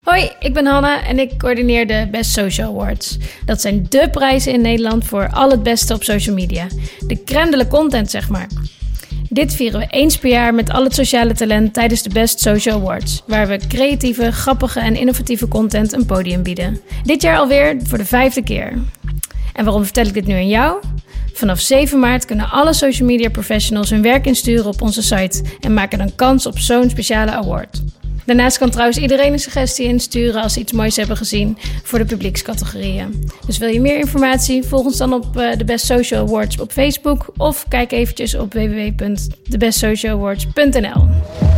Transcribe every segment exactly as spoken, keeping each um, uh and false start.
Hoi, ik ben Hanna en ik coördineer de Best Social Awards. Dat zijn dé prijzen in Nederland voor al het beste op social media. De crème de la content, zeg maar. Dit vieren we eens per jaar met al het sociale talent tijdens de Best Social Awards, waar we creatieve, grappige en innovatieve content een podium bieden. Dit jaar alweer voor de vijfde keer. En waarom vertel ik dit nu aan jou? Vanaf zeven maart kunnen alle social media professionals hun werk insturen op onze site en maken dan kans op zo'n speciale award. Daarnaast kan trouwens iedereen een suggestie insturen als ze iets moois hebben gezien voor de publiekscategorieën. Dus wil je meer informatie? Volg ons dan op uh, de Best Social Awards op Facebook of kijk eventjes op w w w punt de best social awards punt n l.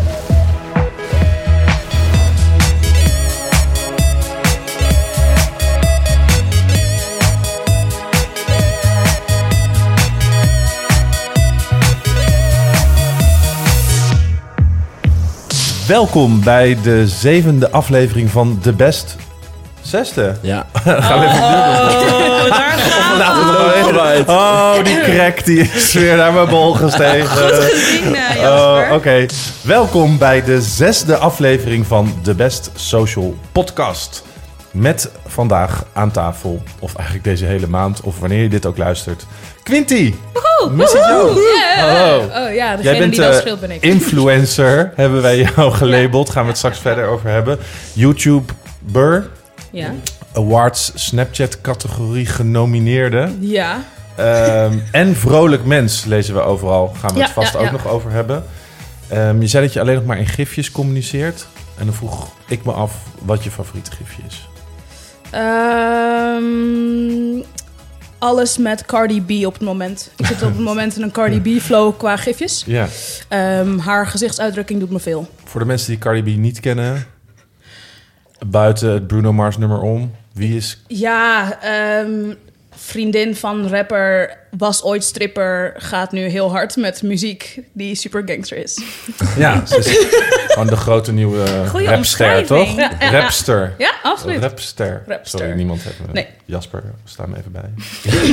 Welkom bij de zevende aflevering van De Best... Zesde? Ja. Gaan we even oh, daar gaan we. Oh, die crack die is weer naar mijn bol gestegen. Goed gezien, uh, Jasper. Oh, Oké. Okay. Welkom bij de zesde aflevering van De Best Social Podcast. Met vandaag aan tafel, of eigenlijk deze hele maand, of wanneer je dit ook luistert, Quinty. Miss it jou. Yeah. Hallo. Oh ja, degene Jij bent, die dat uh, scheelt ben ik. Influencer, hebben wij jou gelabeld. Ja. Gaan we het straks verder over hebben. YouTuber. Ja. Awards Snapchat categorie genomineerde. Ja. Um, en vrolijk mens lezen we overal. Gaan we ja, het vast ja, ook ja. nog over hebben. Um, je zei dat je alleen nog maar in gifjes communiceert. En dan vroeg ik me af wat je favoriete gifje is. Um, alles met Cardi B op het moment. Ik zit op het moment in een Cardi B flow qua gifjes. Ja. Um, haar gezichtsuitdrukking doet me veel. Voor de mensen die Cardi B niet kennen, buiten het Bruno Mars nummer om, wie is... Ja, um, vriendin van rapper, was ooit stripper, gaat nu heel hard met muziek die super gangster is. Ja, ze is gewoon de grote nieuwe Goeie rapster, toch? Ja, ja, Rapster. Ja, absoluut. Rapster. Rapster. Sorry, niemand heeft me. Nee. Jasper, sta me even bij.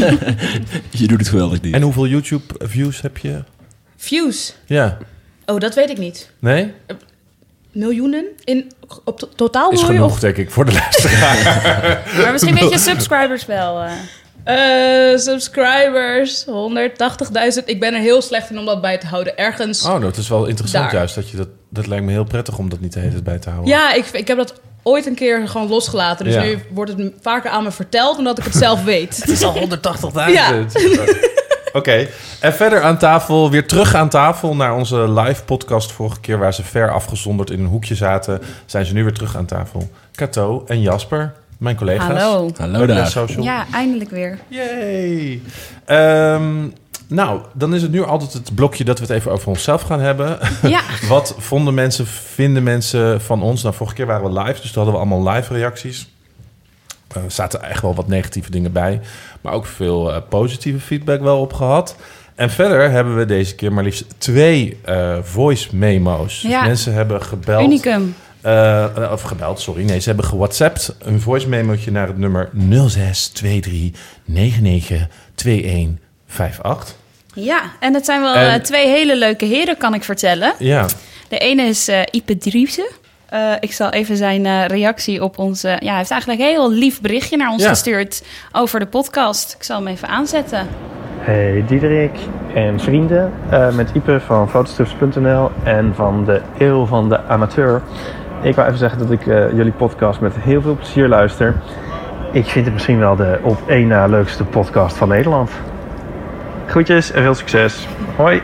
Je doet het geweldig niet. En hoeveel YouTube-views heb je? Views? Ja. Oh, dat weet ik niet. Nee? Miljoenen? In, op to- totaal Is miljoen? genoeg, Of? denk ik, voor de luisteraar. Maar misschien weet je subscribers wel. Uh. Uh, subscribers, honderdtachtigduizend. Ik ben er heel slecht in om dat bij te houden. Ergens. Oh, dat is wel interessant daar. juist. Dat, je dat, dat lijkt me heel prettig om dat niet de hele tijd bij te houden. Ja, ik, ik heb dat ooit een keer gewoon losgelaten. Dus Ja. nu wordt het vaker aan me verteld dan dat ik het zelf weet. Het is al honderdtachtigduizend. Ja. Oké, okay. En verder aan tafel, weer terug aan tafel naar onze live podcast vorige keer, waar ze ver afgezonderd in een hoekje zaten, zijn ze nu weer terug aan tafel. Kato en Jasper, mijn collega's. Hallo. Hallo daar. Social. Ja, eindelijk weer. Yay. Um, nou, dan is het nu altijd het blokje dat we het even over onszelf gaan hebben. Ja. Wat vonden mensen, vinden mensen van ons? Nou, vorige keer waren we live, dus toen hadden we allemaal live reacties. Er uh, zaten echt wel wat negatieve dingen bij, maar ook veel uh, positieve feedback wel op gehad. En verder hebben we deze keer maar liefst twee uh, voice memo's. Ja. Mensen hebben gebeld. Unicum. Uh, of gebeld, sorry. Nee, ze hebben gewhatsappt een voice memootje naar het nummer nul zes twee drie negen negen twee een vijf acht. Ja, en het zijn wel En- uh, twee hele leuke heren, kan ik vertellen. Ja, De ene is uh, Ipe Driessen. Uh, ik zal even zijn uh, reactie op onze... Ja, hij heeft eigenlijk een heel lief berichtje naar ons Ja. gestuurd over de podcast. Ik zal hem even aanzetten. Hey Diederik en vrienden, uh, met Ipe van fotostrips punt n l en van de Eeuw van de Amateur. Ik wou even zeggen dat ik uh, jullie podcast met heel veel plezier luister. Ik vind het misschien wel de op één na leukste podcast van Nederland. Groetjes en veel succes. Hoi!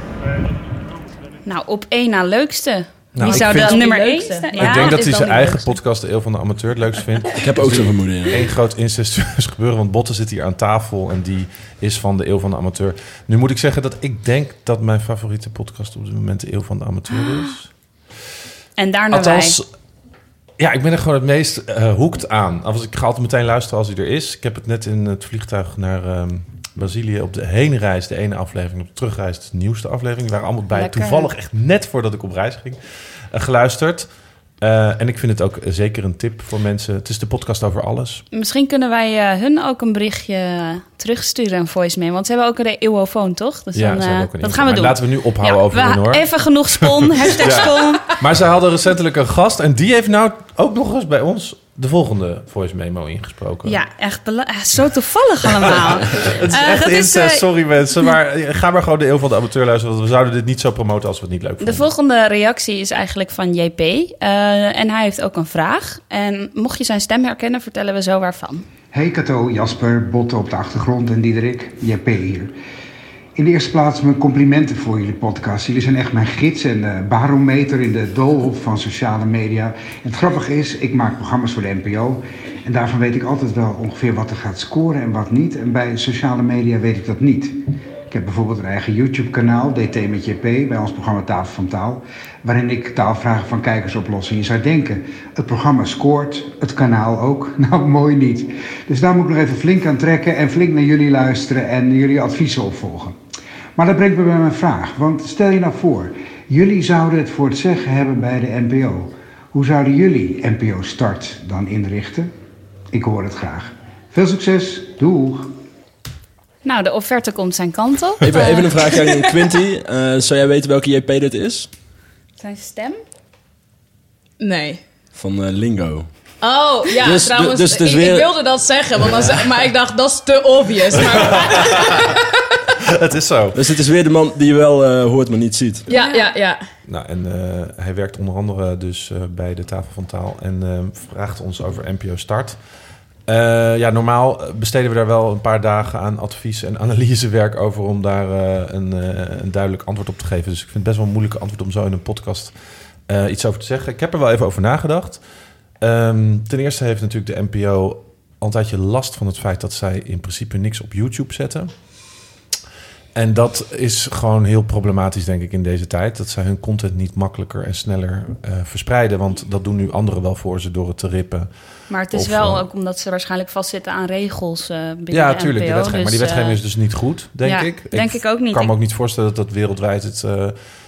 Nou, op één na leukste. Nou, Wie ik zou vind- dan nummer één leukste. staan? Ja, ik denk dat is hij dan zijn die eigen leukste. podcast, De Eeuw van de Amateur, het leukst vindt. Ik heb ook zo'n vermoeden, ja. Eén groot incestueus gebeuren, want Botte zit hier aan tafel en die is van De Eeuw van de Amateur. Nu moet ik zeggen dat ik denk dat mijn favoriete podcast op dit moment De Eeuw van de Amateur is. En daarna Althans, ja, ik ben er gewoon het meest uh, hoekt aan. Als ik ga altijd meteen luisteren als hij er is. Ik heb het net in het vliegtuig naar um, Brazilië op de heenreis, de ene aflevering, op de terugreis, de nieuwste aflevering. Die waren allemaal bij, Lekker. toevallig echt net voordat ik op reis ging, uh, geluisterd. Uh, en ik vind het ook uh, zeker een tip voor mensen. Het is de podcast over alles. wij. Misschien kunnen wij uh, hun ook een berichtje terugsturen, een voice mail. Want ze hebben ook een eeuwofoon, toch? Dus Ja, dan, ze uh, hebben ook een dat info. gaan we Maar doen. laten we nu ophouden Ja, over we- hun, hoor. Even genoeg spon, hashtag Ja. spon. Maar ze hadden recentelijk een gast en die heeft nou ook nog eens bij ons de volgende voice memo ingesproken. Ja, echt bela- eh, zo toevallig allemaal. Het is Uh, echt dat is, incest, uh, sorry mensen. Maar ga maar gewoon de eeuw van de amateur luisteren. Want we zouden dit niet zo promoten als we het niet leuk vonden. De volgende reactie is eigenlijk van J P. Uh, en hij heeft ook een vraag. En mocht je zijn stem herkennen, vertellen we zo waarvan. Hey Kato, Jasper, Botte op de achtergrond en Diederik, J P hier. In de eerste plaats mijn complimenten voor jullie podcast. Jullie zijn echt mijn gids en uh, barometer in de doolhof van sociale media. En het grappige is, ik maak programma's voor de N P O. En daarvan weet ik altijd wel ongeveer wat er gaat scoren en wat niet. En bij sociale media weet ik dat niet. Ik heb bijvoorbeeld een eigen YouTube-kanaal, D T met J P, bij ons programma Tafel van Taal, waarin ik taalvragen van kijkers oplos. En je zou denken, het programma scoort, het kanaal ook. Nou, mooi niet. Dus daar moet ik nog even flink aan trekken en flink naar jullie luisteren en jullie adviezen opvolgen. Maar dat brengt me bij mijn vraag, want stel je nou voor, jullie zouden het voor het zeggen hebben bij de N P O. Hoe zouden jullie N P O Start dan inrichten? Ik hoor het graag. Veel succes, doeg! Nou, de offerte komt zijn kant op. Even, Uh, even een vraagje aan Quinty. Uh, zou jij weten welke J P dit is? Zijn stem? Nee. Van uh, Lingo. Oh, ja, Dus- trouwens, dus het is ik, weer- ik wilde dat zeggen, want dan zeg- maar ik dacht, dat is te obvious. Maar, Het is zo. Dus het is weer de man die je wel uh, hoort, maar niet ziet. ja, ja, ja. Nou, en uh, hij werkt onder andere dus uh, bij de Tafel van Taal en uh, vraagt ons over N P O Start. Uh, ja, normaal besteden we daar wel een paar dagen aan advies en analysewerk over om daar uh, een, uh, een duidelijk antwoord op te geven. Dus ik vind het best wel een moeilijke antwoord om zo in een podcast uh, iets over te zeggen. Ik heb er wel even over nagedacht. Um, ten eerste heeft natuurlijk de N P O al een tijdje last van het feit dat zij in principe niks op YouTube zetten. En dat is gewoon heel problematisch, denk ik, in deze tijd. Dat zij hun content niet makkelijker en sneller uh, verspreiden. Want dat doen nu anderen wel voor ze door het te rippen. Maar het is Of, wel uh, ook omdat ze waarschijnlijk vastzitten aan regels uh, binnen Ja, de tuurlijk, N P O. de wetgeving. Dus, maar die wetgeving uh, is dus niet goed, denk ja, ik. denk ik ook niet. Ik kan me Ik- ook niet voorstellen dat dat wereldwijd het uh,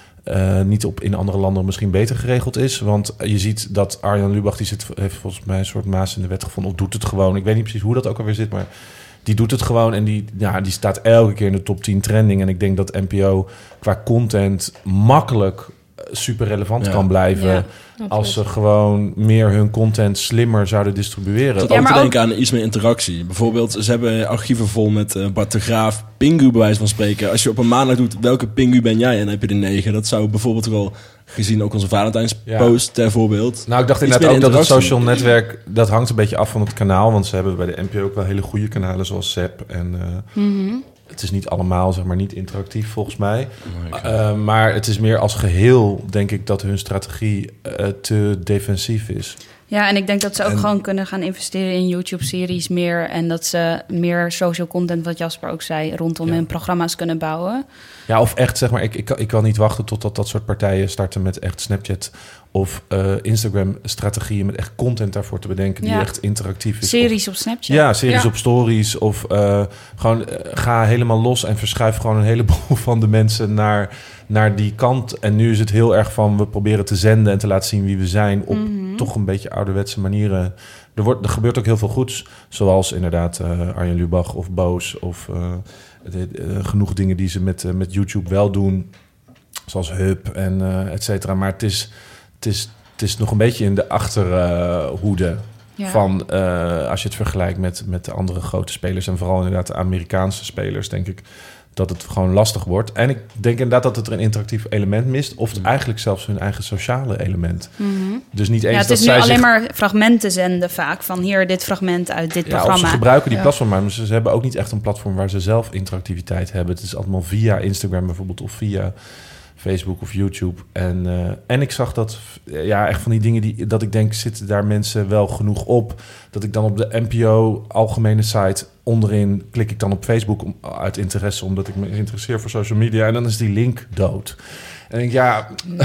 uh, niet op in andere landen misschien beter geregeld is. Want je ziet dat Arjan Lubach, die zit, heeft volgens mij een soort maas in de wet gevonden. Of doet het gewoon. Ik weet niet precies hoe dat ook alweer zit, maar die doet het gewoon. En die, ja, die staat elke keer in de top tien trending. En ik denk dat N P O qua content makkelijk super relevant Ja. kan blijven. Ja, als ze gewoon meer hun content slimmer zouden distribueren. Ik zat Ja, ook te maar denken aan iets meer interactie. Bijvoorbeeld, ze hebben archieven vol met uh, Bart de Graaf, Pingu bij wijze van spreken. Als je op een maandag doet, welke Pingu ben jij? En dan heb je de negen. Dat zou bijvoorbeeld wel, gezien ook onze Valentijnspost ter voorbeeld. Nou, ik dacht Iets inderdaad ook meer dat het interactie. social netwerk, dat hangt een beetje af van het kanaal. Want ze hebben bij de N P O ook wel hele goede kanalen zoals Zep. En uh, mm-hmm. het is niet allemaal, zeg maar, niet interactief volgens mij. Uh, maar het is meer als geheel, denk ik, dat hun strategie uh, te defensief is. Ja, en ik denk dat ze ook En- gewoon kunnen gaan investeren in YouTube-series meer. En dat ze meer social content, wat Jasper ook zei, rondom Ja. hun programma's kunnen bouwen. Ja, of echt, zeg maar, ik, ik, kan- ik kan niet wachten totdat dat soort partijen starten met echt Snapchat of uh, Instagram-strategieën met echt content daarvoor te bedenken die Ja. echt interactief is. Series op Snapchat. Ja, series Ja. op stories. Of uh, gewoon uh, ga helemaal los en verschuif gewoon een heleboel van de mensen naar, naar die kant. En nu is het heel erg van we proberen te zenden en te laten zien wie we zijn op Mhm. toch een beetje ouderwetse manieren. Er, wordt, er gebeurt ook heel veel goeds. Zoals inderdaad uh, Arjen Lubach of Boos of uh, de, uh, genoeg dingen die ze met, uh, met YouTube wel doen. Zoals Hub en uh, et cetera. Maar het is, het, is, het is nog een beetje in de achterhoede. Ja. Van uh, als je het vergelijkt met, met de andere grote spelers en vooral inderdaad de Amerikaanse spelers, denk ik dat het gewoon lastig wordt. En ik denk inderdaad dat het er een interactief element mist, of het eigenlijk zelfs hun eigen sociale element. Mhm. Dus niet eens Ja, het dat is nu zij alleen zich, maar fragmenten zenden vaak. Van hier, dit fragment uit dit ja, of ze programma. gebruiken die Ja. platform, maar ze hebben ook niet echt een platform waar ze zelf interactiviteit hebben. Het is allemaal via Instagram bijvoorbeeld of via Facebook of YouTube. En, uh, en ik zag dat, ja, echt van die dingen die dat ik denk, zitten daar mensen wel genoeg op? Dat ik dan op de N P O algemene site onderin klik ik dan op Facebook om, uit interesse, omdat ik me interesseer voor social media. En dan is die link dood. En ik denk, ja,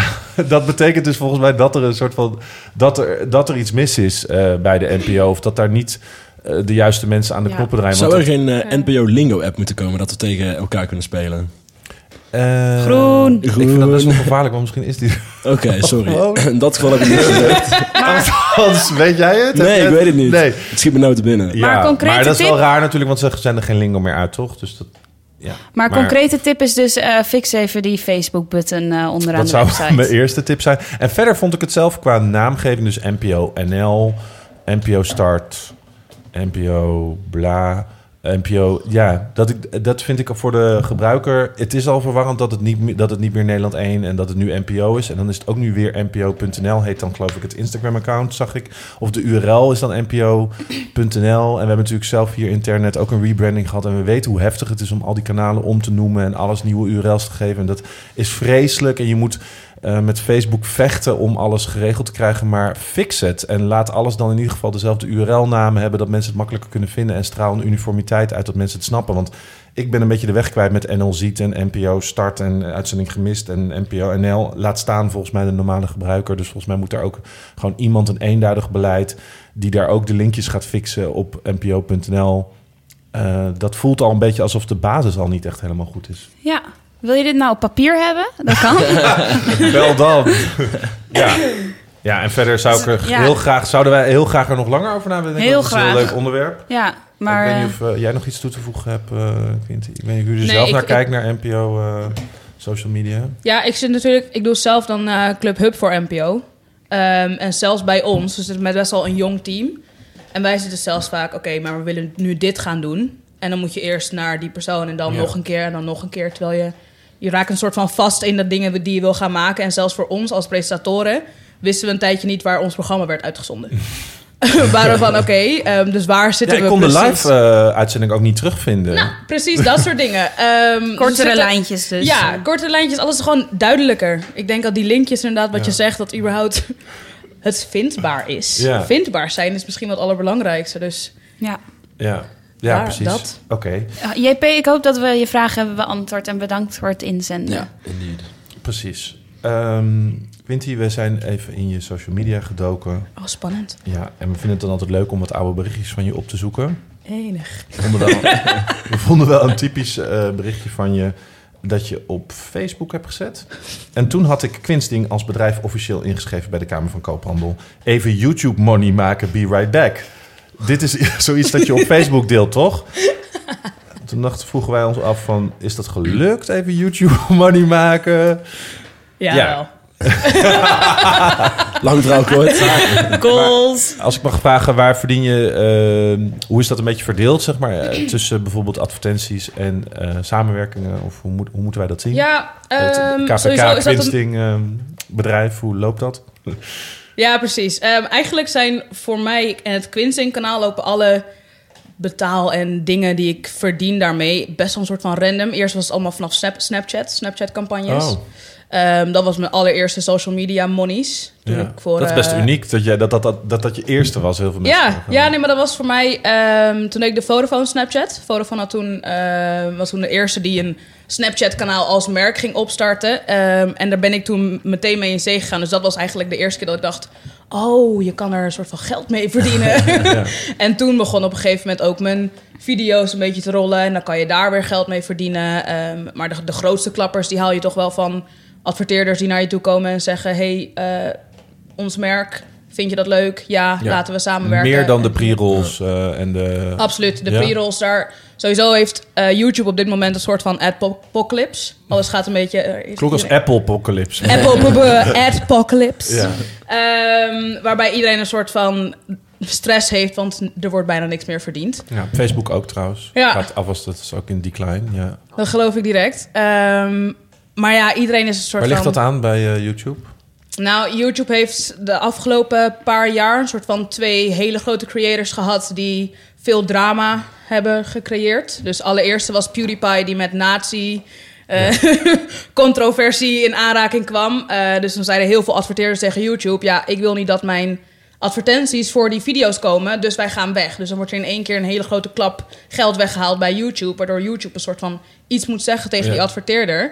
dat betekent dus volgens mij dat er een soort van dat er, dat er iets mis is uh, bij de N P O. Of dat daar niet uh, de juiste mensen aan de Ja. knoppen draaien. Zou want er dat- geen uh, N P O Lingo-app moeten komen dat we tegen elkaar kunnen spelen? Uh, Groen. Ik vind dat best wel gevaarlijk, want misschien is die... Oké, okay, sorry. Oh. In dat geval heb ik niet gezegd. Anders weet jij het? Nee, ik weet het niet. Nee. Het schiet me nou te binnen. Ja, Maar concrete maar dat is wel tip? raar natuurlijk, want ze zenden geen lingo meer uit, toch? Dus dat... Ja, Maar, maar concrete tip is dus uh, fix even die Facebook-button uh, onderaan dat de website. Dat zou mijn eerste tip zijn. En verder vond ik het zelf qua naamgeving, dus N P O N L, N P O Start, N P O Bla, N P O... Ja, dat, ik, dat vind ik voor de gebruiker... Het is al verwarrend dat het, niet, dat het niet meer Nederland één en dat het nu N P O is. En dan is het ook nu weer N P O punt N L, heet dan geloof ik het Instagram-account, zag ik. Of de U R L is dan N P O punt N L. En we hebben natuurlijk zelf hier internet ook een rebranding gehad. En we weten hoe heftig het is om al die kanalen om te noemen en alles nieuwe U R L's te geven. En dat is vreselijk. En je moet uh, met Facebook vechten om alles geregeld te krijgen. Maar fix het. En laat alles dan in ieder geval dezelfde U R L-namen hebben, dat mensen het makkelijker kunnen vinden. En straal een uniformiteit uit dat mensen het snappen. Want ik ben een beetje de weg kwijt met N L Ziet en N P O Start en Uitzending Gemist en N P O N L. Laat staan volgens mij de normale gebruiker. Dus volgens mij moet daar ook gewoon iemand een eenduidig beleid die daar ook de linkjes gaat fixen op N P O punt N L. Uh, dat voelt al een beetje alsof de basis al niet echt helemaal goed is. Ja. Wil je dit nou op papier hebben? Dat kan. Wel dan. Ja. Ja, en verder zou ik er ja. heel graag, zouden wij heel graag er nog langer over nadenken. Heel dat is graag. een heel leuk onderwerp. Ja, maar... Ik weet niet of uh, jij nog iets toe te voegen hebt, uh, Quinty. Ik weet niet hoe je er nee, zelf ik, naar ik, kijkt, naar N P O uh, social media. Ja, ik zit natuurlijk... Ik doe zelf dan uh, Club Hub voor N P O. Um, en zelfs bij ons, we zitten met best wel een jong team. En wij zitten zelfs vaak, oké, okay, maar we willen nu dit gaan doen. En dan moet je eerst naar die persoon en dan ja. nog een keer en dan nog een keer. Terwijl je, je raakt een soort van vast in de dingen die je wil gaan maken. En zelfs voor ons als presentatoren wisten we een tijdje niet waar ons programma werd uitgezonden. We waren van, oké, okay, um, dus waar zitten ja, we ik kon precies? de live-uitzending uh, ook niet terugvinden. Nou, precies, dat soort dingen. Um, Kortere zitten, lijntjes dus. Ja, kortere lijntjes, alles is gewoon duidelijker. Ik denk dat die linkjes inderdaad, wat ja. je zegt, dat überhaupt het vindbaar is. Ja. Vindbaar zijn is misschien wel het allerbelangrijkste, dus... Ja. Ja. Ja, ja, precies. Oké. Okay. Uh, J P, ik hoop dat we je vragen hebben beantwoord en bedankt voor het inzenden. Ja, indeed. Precies. Um, Quinty, we zijn even in je social media gedoken. Oh, spannend. Ja, en we vinden het dan altijd leuk om wat oude berichtjes van je op te zoeken. Enig. We vonden wel, we vonden wel een typisch uh, berichtje van je dat je op Facebook hebt gezet. En toen had ik Quinsting als bedrijf officieel ingeschreven bij de Kamer van Koophandel. Even YouTube money maken, be right back. Dit is zoiets dat je op Facebook deelt, toch? Toen dachten, vroegen wij ons af van, is dat gelukt? Even YouTube money maken? Ja, ja. wel. Lang trouw kort. Goals. Als ik mag vragen, waar verdien je... Uh, hoe is dat een beetje verdeeld, zeg maar? Uh, tussen bijvoorbeeld advertenties en uh, samenwerkingen? Of hoe, moet, hoe moeten wij dat zien? Ja, um, K V K, Quinsting, een... uh, bedrijf, hoe loopt dat? Ja, precies. Um, eigenlijk zijn voor mij en het Quinsting-kanaal lopen alle betaal en dingen die ik verdien daarmee best wel een soort van random. Eerst was het allemaal vanaf Snap, Snapchat, Snapchat-campagnes. Oh. Um, dat was mijn allereerste social media monies. Toen ja, ik voor, dat is best uh, uniek, dat, jij, dat, dat, dat, dat dat je eerste was. Heel veel mensen ja, ja, nee, maar dat was voor mij... Um, toen ik de Vodafone Snapchat... Vodafone had toen, uh, was toen de eerste die een Snapchat-kanaal als merk ging opstarten. Um, en daar ben ik toen meteen mee in zee gegaan. Dus dat was eigenlijk de eerste keer dat ik dacht... oh, je kan er een soort van geld mee verdienen. Ja. En toen begon op een gegeven moment ook mijn video's een beetje te rollen. En dan kan je daar weer geld mee verdienen. Um, maar de, de grootste klappers, die haal je toch wel van... adverteerders die naar je toe komen en zeggen... hey, uh, ons merk, vind je dat leuk? Ja, ja. laten we samenwerken. Meer dan de pre-rolls uh, en de... Absoluut, de ja. pre-rolls daar... Sowieso heeft uh, YouTube op dit moment een soort van adpocalypse. Alles gaat een beetje... Uh, Klonk als iedereen... Apple-pocalypse. Apple-adpocalypse. Ja. Um, waarbij iedereen een soort van stress heeft, want er wordt bijna niks meer verdiend. Ja, Facebook ook trouwens. Ja. Gaat af, dat is ook in decline, ja. Dat geloof ik direct. Um, maar ja, iedereen is een soort van... Waar ligt van... dat aan bij uh, YouTube? Nou, YouTube heeft de afgelopen paar jaar... een soort van twee hele grote creators gehad... die veel drama hebben gecreëerd. Dus allereerste was PewDiePie die met nazi... Uh, ja. controversie in aanraking kwam. Uh, dus dan zeiden heel veel adverteerders tegen YouTube... ja, ik wil niet dat mijn advertenties voor die video's komen... dus wij gaan weg. Dus dan wordt er in één keer een hele grote klap geld weggehaald bij YouTube... waardoor YouTube een soort van iets moet zeggen tegen ja. die adverteerder...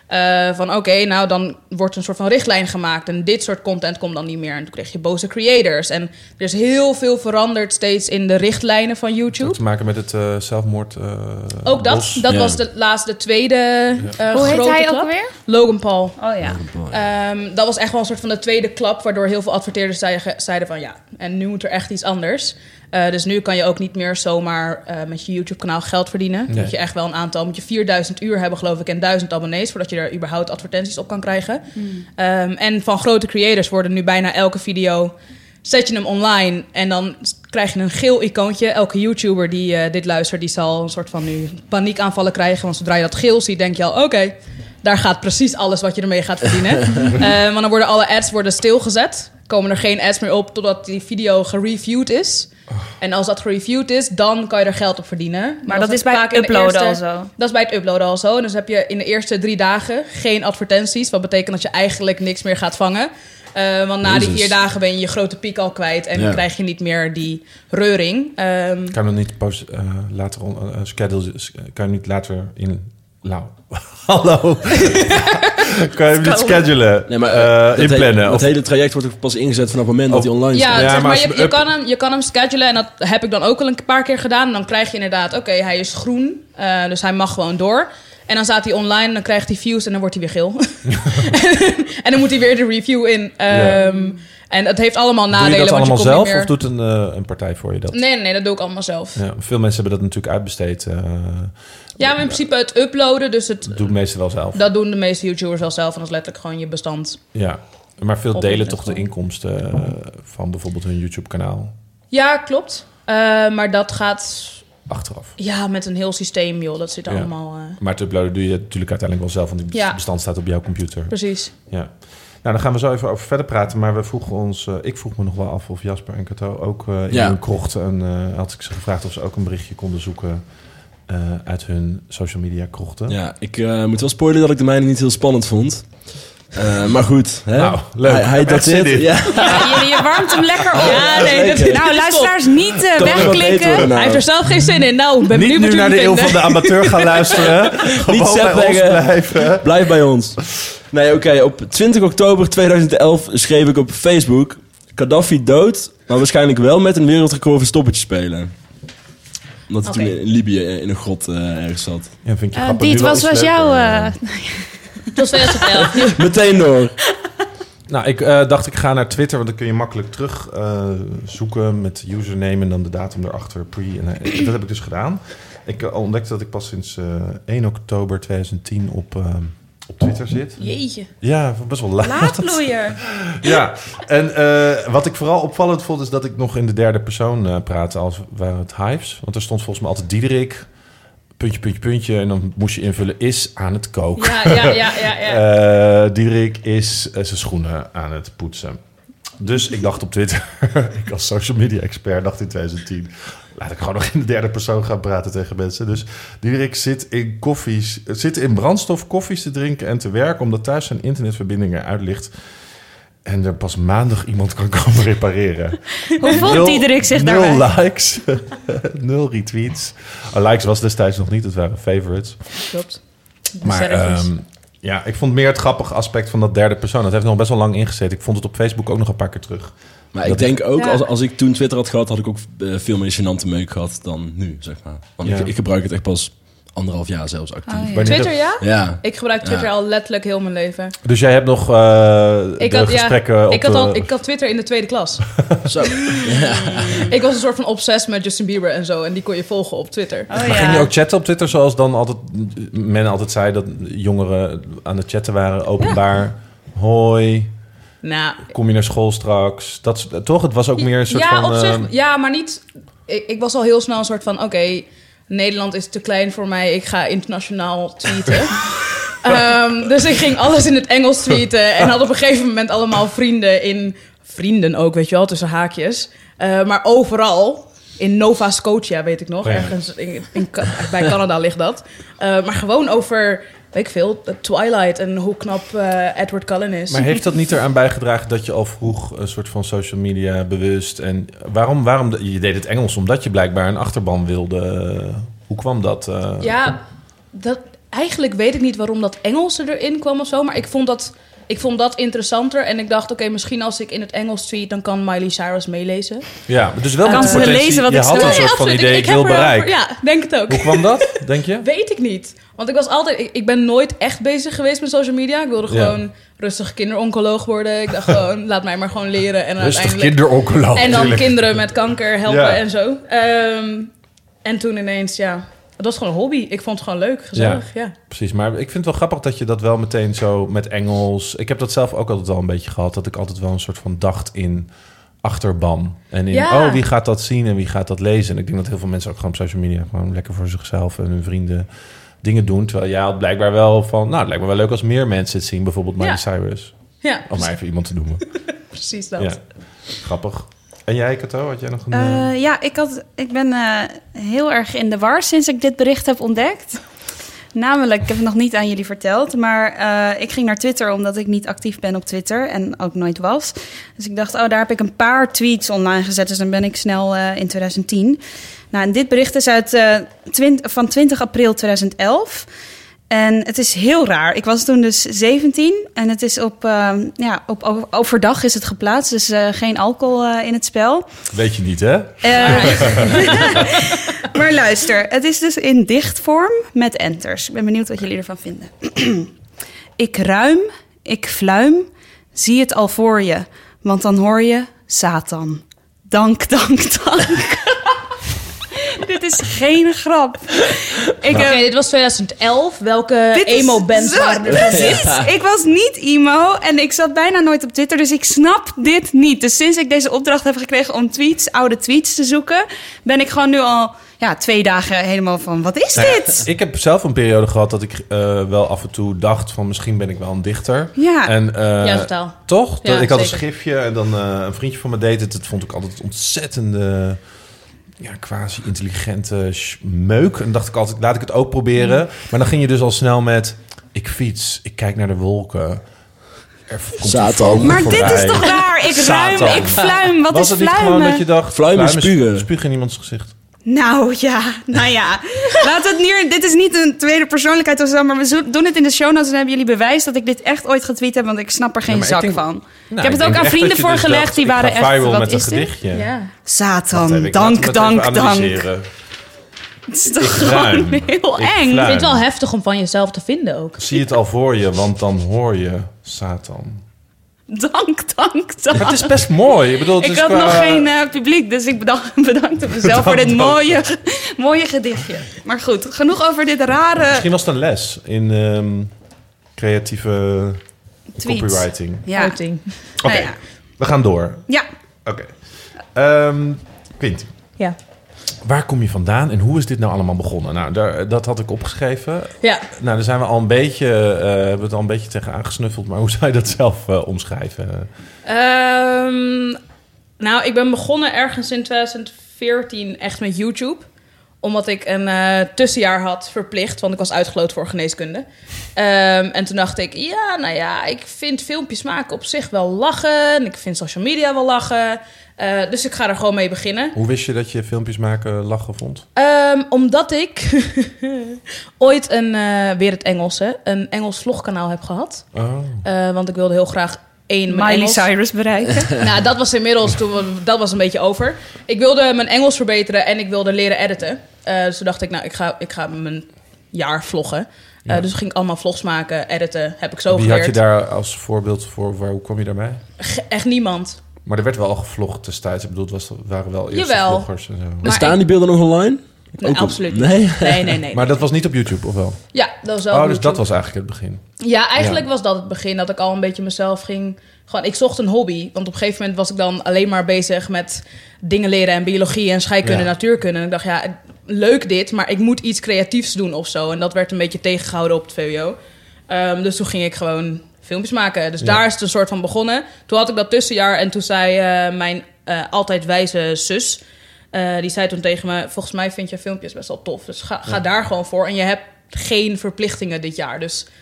Uh, van oké, okay, nou dan wordt een soort van richtlijn gemaakt en dit soort content komt dan niet meer. En toen kreeg je boze creators. En er is heel veel veranderd steeds in de richtlijnen van YouTube. Ook te maken met het uh, zelfmoord. Uh, ook dat. bos. Dat ja. was de laatste tweede uh, Hoe heet grote hij klap. ook alweer? Logan Paul. Oh ja. Um, dat was echt wel een soort van de tweede klap, waardoor heel veel adverteerders zeiden, zeiden van ja, en nu moet er echt iets anders. Uh, dus nu kan je ook niet meer zomaar uh, met je YouTube-kanaal geld verdienen. Nee. Moet je echt wel een aantal, moet je vierduizend uur hebben geloof ik en duizend abonnees, voordat je er überhaupt advertenties op kan krijgen. Mm. Um, en van grote creators worden nu bijna elke video, zet je hem online en dan krijg je een geel icoontje. Elke YouTuber die uh, dit luistert, die zal een soort van nu paniekaanvallen krijgen. Want zodra je dat geel ziet, denk je al, oké, okay, daar gaat precies alles wat je ermee gaat verdienen. uh, want dan worden alle ads worden stilgezet. Komen er geen ads meer op totdat die video gereviewd is. En als dat gereviewd is, dan kan je er geld op verdienen. Maar, maar dat is bij het uploaden eerste, al zo? Dat is bij het uploaden al zo. En dus heb je in de eerste drie dagen geen advertenties. Wat betekent dat je eigenlijk niks meer gaat vangen. Uh, want na Jezus. die vier dagen ben je je grote piek al kwijt. En ja. dan krijg je niet meer die reuring. Um, kan je niet post, uh, later on, uh, schedule, kan je niet later in... Nou, hallo. Kan je hem niet schedulen, nee, maar, uh, inplannen? Het, het hele traject wordt ook pas ingezet vanaf het moment of, dat hij online ja, staat. Ja, zeg maar, maar je, je, je, kan hem, je kan hem schedulen en dat heb ik dan ook al een paar keer gedaan. En dan krijg je inderdaad, oké, okay, hij is groen, uh, dus hij mag gewoon door. En dan staat hij online en dan krijgt hij views en dan wordt hij weer geel. En dan moet hij weer de review in. Um, ja. En het heeft allemaal nadelen. Doe je dat want allemaal je zelf meer... of doet een, uh, een partij voor je dat? Nee, nee, dat doe ik allemaal zelf. Ja, veel mensen hebben dat natuurlijk uitbesteed. Uh, ja, maar in principe het uploaden. Dus het dat doen de meesten wel zelf. Dat doen de meeste YouTubers wel zelf. En dat is letterlijk gewoon je bestand. Ja, maar veel delen toch de inkomsten uh, van bijvoorbeeld hun YouTube-kanaal? Ja, klopt. Uh, maar dat gaat... Achteraf. Ja, met een heel systeem, joh. Dat zit ja. allemaal... Uh... Maar het uploaden doe je natuurlijk uiteindelijk wel zelf, want die ja. bestand staat op jouw computer. Precies. Ja. Nou, dan gaan we zo even over verder praten. Maar we vroegen ons... Uh, ik vroeg me nog wel af of Jasper en Cato ook uh, in ja. hun krocht... en uh, had ik ze gevraagd of ze ook een berichtje konden zoeken... Uh, uit hun social media krochten. Ja, ik uh, moet wel spoilen dat ik de mijne niet heel spannend vond. Uh, maar goed, hè? Nou, leuk. Hij, hij dateert. Ja. Ja, je, je warmt hem lekker op. Ja, nee, dat, nou, luisteraars niet uh, wegklikken. Nou. Hij heeft er zelf geen zin in. Nou, ben niet nu naar de eeuw van de amateur gaan luisteren. Niet bij ons blijven. Blijf bij ons. Nee, oké. Okay, op twintig oktober tweeduizend elf schreef ik op Facebook... Gaddafi dood, maar waarschijnlijk wel met een wereldrecord verstoppertje spelen. Omdat hij okay. toen in Libië in een grot uh, ergens zat. Ja, vind je uh, Diet, wat was jouw... Uh... Het was tweeduizend elf. Meteen door. Nou, ik uh, dacht ik ga naar Twitter, want dan kun je makkelijk terug uh, zoeken met username en dan de datum erachter, pre. En, uh, dat heb ik dus gedaan. Ik uh, ontdekte dat ik pas sinds uh, één oktober tweeduizend tien op, uh, op Twitter zit. Jeetje. Ja, best wel laat. Laadbloeier. Ja, en uh, wat ik vooral opvallend vond is dat ik nog in de derde persoon uh, praatte als waren het Hives. Want er stond volgens mij altijd Diederik... puntje, puntje, puntje. En dan moest je invullen, is aan het koken. Ja, ja, ja. ja, ja. uh, Diederik is uh, zijn schoenen aan het poetsen. Dus ik dacht op Twitter, ik als social media expert dacht in tweeduizend tien... laat ik gewoon nog in de derde persoon gaan praten tegen mensen. Dus Diederik zit in koffies, zit in brandstof koffies te drinken en te werken... omdat thuis zijn internetverbinding eruit ligt... en er pas maandag iemand kan komen repareren. Hoe voelt Diederik zich daarbij? Nul likes, nul retweets. Oh, likes was destijds nog niet, het waren favorites. Klopt. Maar um, ja, ik vond meer het grappige aspect van dat derde persoon. Dat heeft nog best wel lang ingezeten. Ik vond het op Facebook ook nog een paar keer terug. Maar dat ik denk ook, ja. als, als ik toen Twitter had gehad... had ik ook uh, veel meer gênante meuk gehad dan nu, zeg maar. Want ja. ik, ik gebruik het echt pas... anderhalf jaar zelfs actief. Oh, ja. Twitter, ja? Ja. Ik gebruik Twitter ja. al letterlijk heel mijn leven. Dus jij hebt nog uh, ik de had, gesprekken ja, op ik had, al, de... ik had Twitter in de tweede klas. Zo. Ja. Ik was een soort van obsessed met Justin Bieber en zo. En die kon je volgen op Twitter. Oh, maar ja. ging je ook chatten op Twitter zoals dan altijd... men altijd zei dat jongeren aan het chatten waren, openbaar. Ja. Hoi. Nou, kom je naar school straks? Dat, toch? Het was ook meer een soort ja, van... op zich, uh... ja, maar niet... Ik, ik was al heel snel een soort van... Oké, okay, Nederland is te klein voor mij. Ik ga internationaal tweeten. um, dus ik ging alles in het Engels tweeten. En had op een gegeven moment allemaal vrienden in... Vrienden ook, weet je wel, tussen haakjes. Uh, maar overal... In Nova Scotia, weet ik nog. Ja. Ergens in, in, bij Canada ligt dat. Uh, maar gewoon over... Weet ik veel, Twilight en hoe knap uh, Edward Cullen is. Maar heeft dat niet eraan bijgedragen dat je al vroeg een soort van social media bewust... en waarom, waarom je deed het Engels omdat je blijkbaar een achterban wilde. Hoe kwam dat? Uh... Ja, dat, eigenlijk weet ik niet waarom dat Engels erin kwam of zo. Maar ik vond dat, ik vond dat interessanter. En ik dacht, oké, okay, misschien als ik in het Engels tweet... dan kan Miley Cyrus meelezen. Ja, dus wel kan met ze potentie. lezen wat je ik had stel. een soort Ja, van absoluut. idee, ik, ik, ik wil heb bereik. erover- Ja, denk het ook. Hoe kwam dat, denk je? Weet ik niet. Want ik was altijd... Ik, ik ben nooit echt bezig geweest met social media. Ik wilde gewoon Ja. rustig kinderoncoloog worden. Ik dacht gewoon, laat mij maar gewoon leren. En Rustig uiteindelijk... kinderoncoloog. En dan natuurlijk. kinderen met kanker helpen Ja. en zo. Um, en toen ineens, ja... Het was gewoon een hobby. Ik vond het gewoon leuk, gezellig, ja. ja. Precies, maar ik vind het wel grappig dat je dat wel meteen zo met Engels... Ik heb dat zelf ook altijd wel een beetje gehad. Dat ik altijd wel een soort van dacht in achterban. En in, Ja. oh, wie gaat dat zien en wie gaat dat lezen? En ik denk dat heel veel mensen ook gewoon op social media... gewoon lekker voor zichzelf en hun vrienden dingen doen. Terwijl jij had blijkbaar wel van... Nou, het lijkt me wel leuk als meer mensen het zien. Bijvoorbeeld Miley Ja. Cyrus. Ja, Om maar even iemand te noemen. precies dat. Ja, grappig. En jij, Kato, had jij nog een... Uh, ja, ik, had, ik ben uh, heel erg in de war sinds ik dit bericht heb ontdekt. Namelijk, ik heb het nog niet aan jullie verteld, maar uh, ik ging naar Twitter omdat ik niet actief ben op Twitter en ook nooit was. Dus ik dacht, oh, daar heb ik een paar tweets online gezet, dus dan ben ik snel uh, in twintig tien. Nou, en dit bericht is uit, uh, twint- van twintig april tweeduizend elf. En het is heel raar. Ik was toen dus zeventien en het is op, uh, ja, op overdag is het geplaatst. Dus uh, geen alcohol uh, in het spel. Weet je niet, hè? Uh, maar luister, het is dus in dichtvorm met enters. Ik ben benieuwd wat jullie ervan vinden. Ik ruim, ik fluim, zie het al voor je. Want dan hoor je Satan. Dank, dank, dank. Dit is geen grap. Ik, Oké, uh, dit was twintig elf. Welke Dit is emo-bands zo- waren er? Precies. Ik was niet emo en ik zat bijna nooit op Twitter, dus ik snap dit niet. Dus sinds ik deze opdracht heb gekregen om tweets, oude tweets te zoeken, ben ik gewoon nu al ja, twee dagen helemaal van, wat is Nou ja, dit? ik heb zelf een periode gehad dat ik uh, wel af en toe dacht van misschien ben ik wel een dichter. Ja. En, uh, Ja, totaal. Toch? Ja, ik had een zeker. schriftje en dan uh, een vriendje van me deed het. Dat vond ik altijd ontzettende, ja, quasi-intelligente sch- meuk. En dacht ik altijd, laat ik het ook proberen. Mm. Maar dan ging je dus al snel met, ik fiets, ik kijk naar de wolken. Er komt Satan. een vogel Maar dit voorbij. is toch raar? Ik ruim, Satan. ik fluim. Wat Was is het niet fluimen? gewoon dat je dacht... Fluimen, spugen. Spugen in iemands gezicht. Nou ja, nou ja. Laat het nu, dit is niet een tweede persoonlijkheid of zo, maar we zo- doen het in de show notes en hebben jullie bewijs dat ik dit echt ooit getweet heb, want ik snap er geen Ja, maar ik zak denk- van. Nou, ik heb het ook denk aan echt vrienden dat je dus voorgelegd, dacht, die ik waren ga echt, viral wat met is een dit? gedichtje. Ja. Wacht Satan, even, ik laat dank, hem het dank, even dank. analyseren. Het is toch Ik gewoon ruim. heel Ik eng. fluim. Ik vind het wel heftig om van jezelf te vinden ook. Zie het al voor je, want dan hoor je Satan. Dank, dank, dank. Maar het is best mooi. Ik bedoel, het Ik is had qua- nog geen uh, publiek, dus ik bedank, bedankte mezelf voor dit Dank, mooie, mooie gedichtje. Maar goed, genoeg over dit rare Misschien was het een les in ehm, creatieve tweet. copywriting. Ja. Uiting. Oké, Nou ja. we gaan door. Ja, Oké. Ehm Quint, Ja. waar kom je vandaan en hoe is dit nou allemaal begonnen? Nou, daar, dat had ik opgeschreven. Ja. Nou, daar zijn we al een beetje, uh, hebben we het al een beetje tegen aangesnuffeld. Maar hoe zou je dat zelf uh, omschrijven? Ehm, nou, ik ben begonnen ergens in twintig veertien echt met YouTube. Omdat ik een uh, tussenjaar had verplicht, want ik was uitgeloot voor geneeskunde. Um, en toen dacht ik, ja, nou ja, ik vind filmpjes maken op zich wel lachen. En ik vind social media wel lachen. Uh, dus ik ga er gewoon mee beginnen. Hoe wist je dat je filmpjes maken lachen vond? Um, omdat ik ooit een, uh, weer het Engelse, een Engels vlogkanaal heb gehad. Oh. Uh, want ik wilde heel graag één... mijn Miley Engels- Cyrus bereiken. Nou, dat was inmiddels, toen, we- dat was een beetje over. Ik wilde mijn Engels verbeteren en ik wilde leren editen. Uh, dus toen dacht ik, nou, ik ga, ik ga mijn jaar vloggen. Uh, Ja. Dus ging ik allemaal vlogs maken, editen, heb ik zo Wie geleerd. had je daar als voorbeeld voor? Waar, hoe kwam je daarbij? Ge- Echt niemand. Maar er werd wel al gevlogd destijds. Ik bedoel, het was, waren wel eerste Jawel. vloggers en zo. Maar staan ik- die beelden nog online? Nee, Ook op- absoluut niet. Nee? Nee, nee, nee. Maar dat was niet op YouTube, of wel? Ja, dat was wel Oh, op dus YouTube. dat was eigenlijk het begin. Ja, eigenlijk Ja. was dat het begin. Dat ik al een beetje mezelf ging... Gewoon, ik zocht een hobby. Want op een gegeven moment was ik dan alleen maar bezig met dingen leren en biologie en scheikunde en Ja. natuurkunde. En ik dacht, ja, leuk dit, maar ik moet iets creatiefs doen of zo. En dat werd een beetje tegengehouden op het V W O. Um, dus toen ging ik gewoon filmpjes maken. Dus Ja. daar is het een soort van begonnen. Toen had ik dat tussenjaar en toen zei uh, mijn uh, altijd wijze zus... Uh, die zei toen tegen me, volgens mij vind je filmpjes best wel tof. Dus ga, ga Ja. daar gewoon voor. En je hebt geen verplichtingen dit jaar. Dus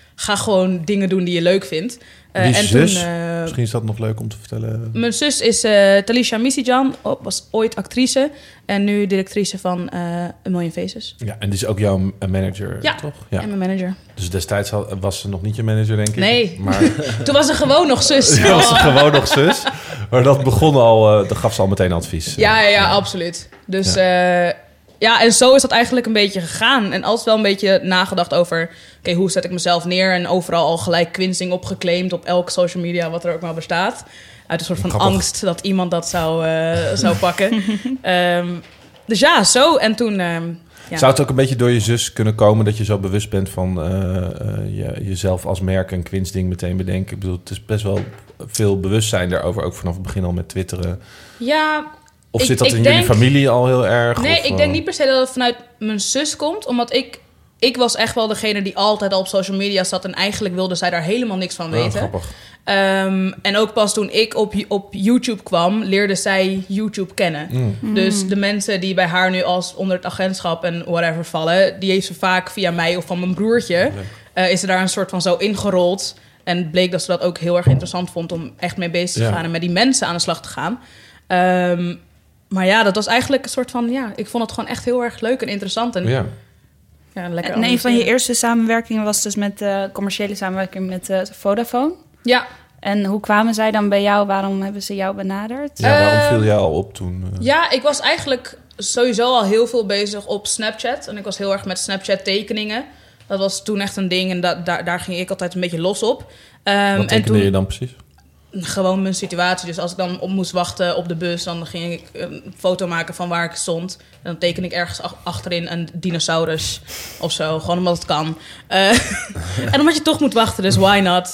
ga gewoon dingen doen die je leuk vindt. Uh, Die en zus, toen, uh, misschien is dat nog leuk om te vertellen. Mijn zus is uh, Talisha Misijan, was ooit actrice en nu directrice van uh, A Million Faces. Ja, en die is ook jouw manager, ja, toch? Ja, en mijn manager. Dus destijds was ze nog niet je manager, denk ik. Nee, maar toen was ze gewoon nog zus. Toen was ze gewoon nog zus. Maar dat begon al, uh, dat gaf ze al meteen advies. Ja, ja, ja, absoluut. Dus ja. Uh, ja, en zo is dat eigenlijk een beetje gegaan. En altijd wel een beetje nagedacht over... oké, okay, hoe zet ik mezelf neer? En overal al gelijk Quinzing opgeclaimd op elke social media... wat er ook maar bestaat. Uit een soort van Grappig. angst dat iemand dat zou, uh, zou pakken. um, dus ja, zo. En toen... Um, ja. Zou het ook een beetje door je zus kunnen komen... dat je zo bewust bent van uh, uh, je, jezelf als merk en Quinzing meteen bedenken? Ik bedoel, het is best wel veel bewustzijn daarover... ook vanaf het begin al met twitteren. Ja... Of zit ik, dat ik in denk, jullie familie al heel erg? Nee, of, ik denk niet per se dat het vanuit mijn zus komt. Omdat ik... Ik was echt wel degene die altijd al op social media zat... en eigenlijk wilde zij daar helemaal niks van weten. Oh, grappig. Um, en ook pas toen ik op, op YouTube kwam... leerde zij YouTube kennen. Mm. Dus de mensen die bij haar nu als onder het agentschap... en whatever vallen... die heeft ze vaak via mij of van mijn broertje... Uh, is ze daar een soort van zo ingerold. En bleek dat ze dat ook heel erg interessant vond... om echt mee bezig te Ja. gaan en met die mensen aan de slag te gaan... Um, Maar ja, dat was eigenlijk een soort van... ja, ik vond het gewoon echt heel erg leuk en interessant. En, ja. Ja, lekker en een van je eerste samenwerkingen was dus met de uh, commerciële samenwerking met uh, Vodafone. Ja. En hoe kwamen zij dan bij jou? Waarom hebben ze jou benaderd? Ja, waarom Uh, viel jij al op toen? Uh... Ja, ik was eigenlijk sowieso al heel veel bezig op Snapchat. En ik was heel erg met Snapchat tekeningen. Dat was toen echt een ding en da- daar, daar ging ik altijd een beetje los op. Um, Wat tekende en toen, je dan precies? Gewoon mijn situatie. Dus als ik dan op moest wachten op de bus... dan ging ik een foto maken van waar ik stond. En dan teken ik ergens ach- achterin een dinosaurus of zo. Gewoon omdat het kan. Uh, en omdat je toch moet wachten, dus why not?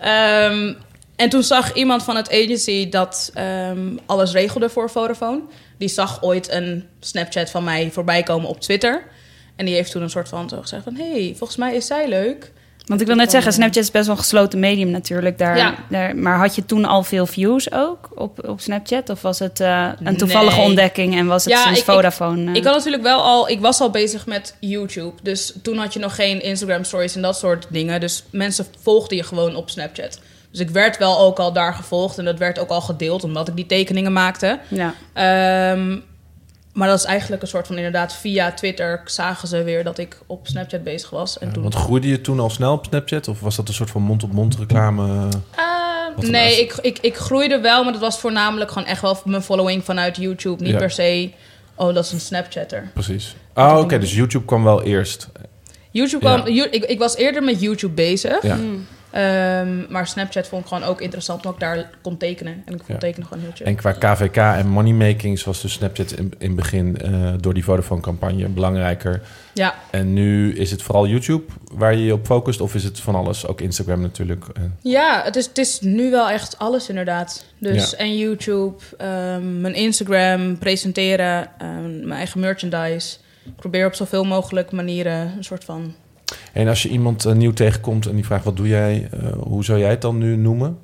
Um, en toen zag iemand van het agency dat um, alles regelde voor Vodafone. Die zag ooit een Snapchat van mij voorbij komen op Twitter. En die heeft toen een soort van zo gezegd van... hé, hey, volgens mij is zij leuk... Want ik wil net zeggen, Snapchat is best wel een gesloten medium natuurlijk. Daar, Ja. daar, maar had je toen al veel views ook op, op Snapchat? Of was het uh, een toevallige Nee. ontdekking en was het Ja, sinds ik- Vodafone? uh, Ik had natuurlijk wel al... Ik was al bezig met YouTube. Dus toen had je nog geen Instagram stories en dat soort dingen. Dus mensen volgden je gewoon op Snapchat. Dus ik werd wel ook al daar gevolgd. En dat werd ook al gedeeld, omdat ik die tekeningen maakte. ja. Um, maar dat is eigenlijk een soort van inderdaad... via Twitter zagen ze weer dat ik op Snapchat bezig was. En Ja, toen... want groeide je toen al snel op Snapchat? Of was dat een soort van mond-op-mond reclame? Uh, Wat een nee, uit- ik, ik, ik groeide wel, maar dat was voornamelijk gewoon echt wel mijn following vanuit YouTube. Niet Ja. per se, oh, dat is een Snapchatter. Precies. Oh, oké. Okay, dus YouTube kwam wel eerst. YouTube Ja. kwam, you- ik, ik was eerder met YouTube bezig. Ja. Mm. Um, maar Snapchat vond ik gewoon ook interessant, omdat ik daar kon tekenen. En ik vond Ja. tekenen gewoon heel chill. En qua K V K en moneymakings was dus Snapchat in, in het begin... Uh, door die Vodafone-campagne belangrijker. Ja, En nu is het vooral YouTube waar je je op focust? Of is het van alles? Ook Instagram natuurlijk. Uh, ja het, is, het is nu wel echt alles inderdaad. Dus Ja. en YouTube, um, mijn Instagram, presenteren, um, mijn eigen merchandise. Ik probeer op zoveel mogelijk manieren een soort van... En als je iemand uh, nieuw tegenkomt en die vraagt... wat doe jij? Uh, hoe zou jij het dan nu noemen?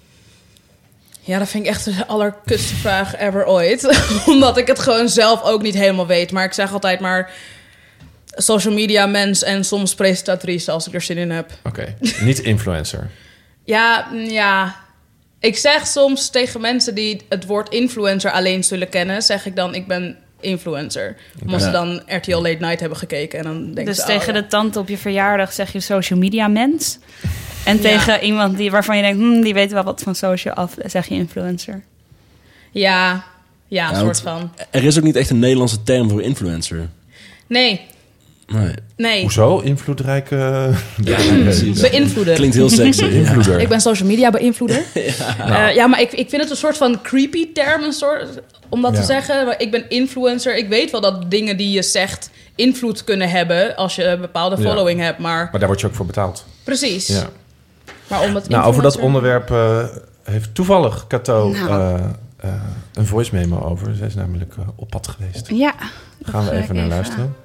Ja, dat vind ik echt de allerkutste vraag ever ooit. Omdat ik het gewoon zelf ook niet helemaal weet. Maar ik zeg altijd maar... social media mens en soms presentatrice als ik er zin in heb. Oké, okay. Niet influencer. Ja, ja. Ik zeg soms tegen mensen die het woord influencer alleen zullen kennen... zeg ik dan, ik ben influencer. Omdat Ja. ze dan R T L Late Night hebben gekeken. En dan denken Dus ze, tegen oh, ja. de tante op je verjaardag zeg je social media mens. En Ja. tegen iemand die, waarvan je denkt, hm, die weet wel wat van social af, zeg je influencer. Ja, ja, een Ja, soort want- van. Er is ook niet echt een Nederlandse term voor influencer. Nee, Nee. nee. Hoezo? Invloedrijke... Ja, precies. Beïnvloeder. Klinkt heel sexy. ja. Invloeder. Ik ben social media beïnvloeder. ja, Nou. ja maar ik, ik vind het een soort van creepy term, een soort, om dat Ja. te zeggen. Maar ik ben influencer. Ik weet wel dat dingen die je zegt invloed kunnen hebben als je een bepaalde Ja. following hebt. Maar Maar daar word je ook voor betaald. precies. Ja. Maar om het Nou, over dat influencer- onderwerp uh, heeft toevallig Cato Nou. uh, uh, een voice memo over. Zij is namelijk uh, op pad geweest. Ja. Daar gaan we ga ik even naar even- luisteren.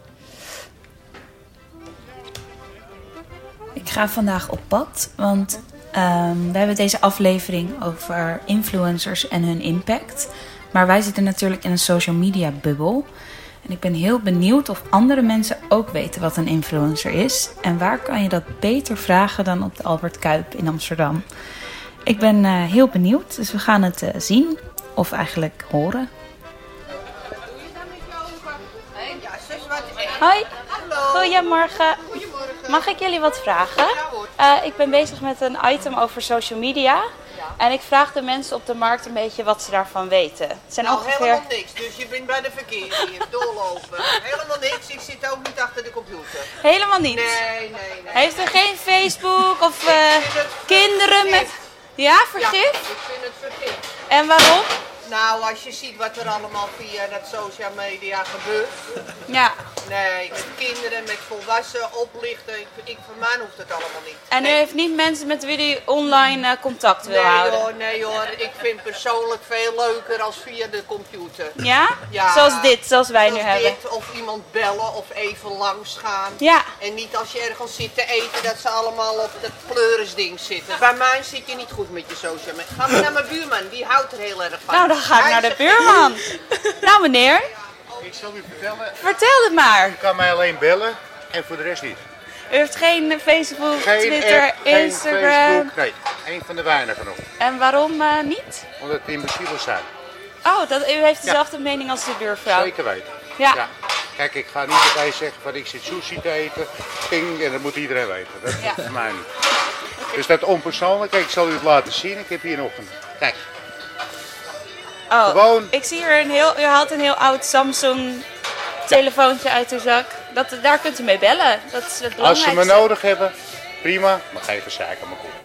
Ik ga vandaag op pad, want um, we hebben deze aflevering over influencers en hun impact. Maar wij zitten natuurlijk in een social media bubbel. En ik ben heel benieuwd of andere mensen ook weten wat een influencer is. En waar kan je dat beter vragen dan op de Albert Kuip in Amsterdam? Ik ben uh, heel benieuwd, dus we gaan het uh, zien. Of eigenlijk horen. Hoi. Goedemorgen. Mag ik jullie wat vragen? Uh, ik ben bezig met een item over social media. En ik vraag de mensen op de markt een beetje wat ze daarvan weten. Het zijn nou, ongeveer... helemaal niks. Dus je bent bij de verkeer hier, doorlopen. Helemaal niks. Ik zit ook niet achter de computer. Helemaal niet? Nee, nee, nee. Heeft u geen Facebook of uh, kinderen met... Ja, vergif? Ja, ik vind het vergif. En waarom? Nou, als je ziet wat er allemaal via dat social media gebeurt. Ja. Nee, met kinderen, met volwassenen, oplichten. Ik, ik, voor mij hoeft het allemaal niet. En u nee. heeft niet mensen met wie u online uh, contact wil nee, houden? Hoor, nee hoor, ik vind persoonlijk veel leuker als via de computer. Ja? Ja. Zoals dit, zoals wij zoals nu hebben. Dit, of iemand bellen of even langs gaan. Ja. En niet als je ergens zit te eten dat ze allemaal op dat pleurisding zitten. Bij mij zit je niet goed met je social media. Ga maar naar mijn buurman, die houdt er heel erg van. Nou, dan ga ik Hij naar de zegt- buurman. Nou meneer, Ik zal u vertellen, vertel het maar. u kan mij alleen bellen en voor de rest niet. U heeft geen Facebook, Geen Twitter, app, geen Instagram. Facebook, nee. Een van de weinigen nog. En waarom uh, niet? Omdat het imbecielen zijn. Oh, dat, u heeft dezelfde mening als de buurvrouw. Zeker weten. Ja. Kijk, ik ga niet erbij zeggen van ik zit sushi te eten. Ping, en dat moet iedereen weten. Dat is Ja. voor mij niet. Dus dat onpersoonlijk, kijk, ik zal u het laten zien. Ik heb hier nog een, kijk. Oh, Gewoon. ik zie hier een heel, u haalt een heel oud Samsung telefoontje uit uw zak. Dat, daar kunt u mee bellen. Dat is het Als ze belangrijkste. me nodig hebben, prima. Maar geef een zaak aan mijn kop.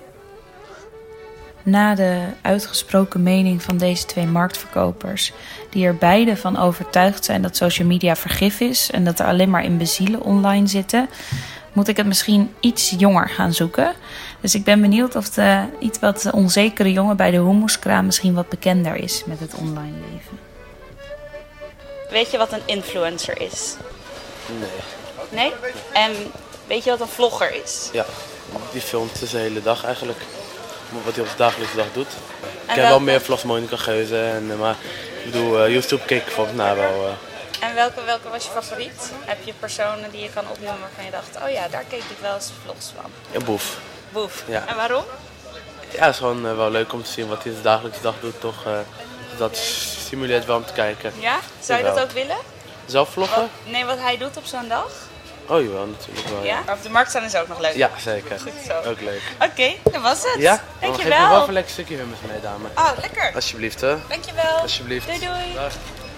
Na de uitgesproken mening van deze twee marktverkopers, die er beide van overtuigd zijn dat social media vergif is en dat er alleen maar imbecielen online zitten, moet ik het misschien iets jonger gaan zoeken. Dus ik ben benieuwd of de iets wat onzekere jongen bij de hummuskraam misschien wat bekender is met het online leven. Weet je wat een influencer is? Nee. Nee? En weet je wat een vlogger is? Ja, die filmt dus de hele dag eigenlijk. Wat hij op de dagelijkse dag doet. Ik heb welke- wel meer vlogs Monica Geuze, en, eh, maar ik bedoel, uh, YouTube keek ik volgens mij wel. Uh, En welke, welke was je favoriet? Heb je personen die je kan opnoemen waarvan je dacht, oh ja, daar keek ik wel eens vlogs van? ja, Boef. Boef. Ja. En waarom? Ja, het is gewoon uh, wel leuk om te zien wat hij op de dagelijkse dag doet. Toch, uh, dat stimuleert wel om te kijken. Ja? Zou je dat Jawel. ook willen? Zelf vloggen? Wat, nee, wat hij doet op zo'n dag? Oh jawel, natuurlijk wel. Ja? Maar op de markt staan is ook nog leuk. Ja, zeker. Goed zo. Ook leuk. Oké, okay, dat was het. Ja? Dan geef me Dankjewel. wel even een lekker stukje hummus mee, dame. Oh, lekker. Alsjeblieft, hè. Dankjewel. Alsjeblieft. Doei doei. Dag.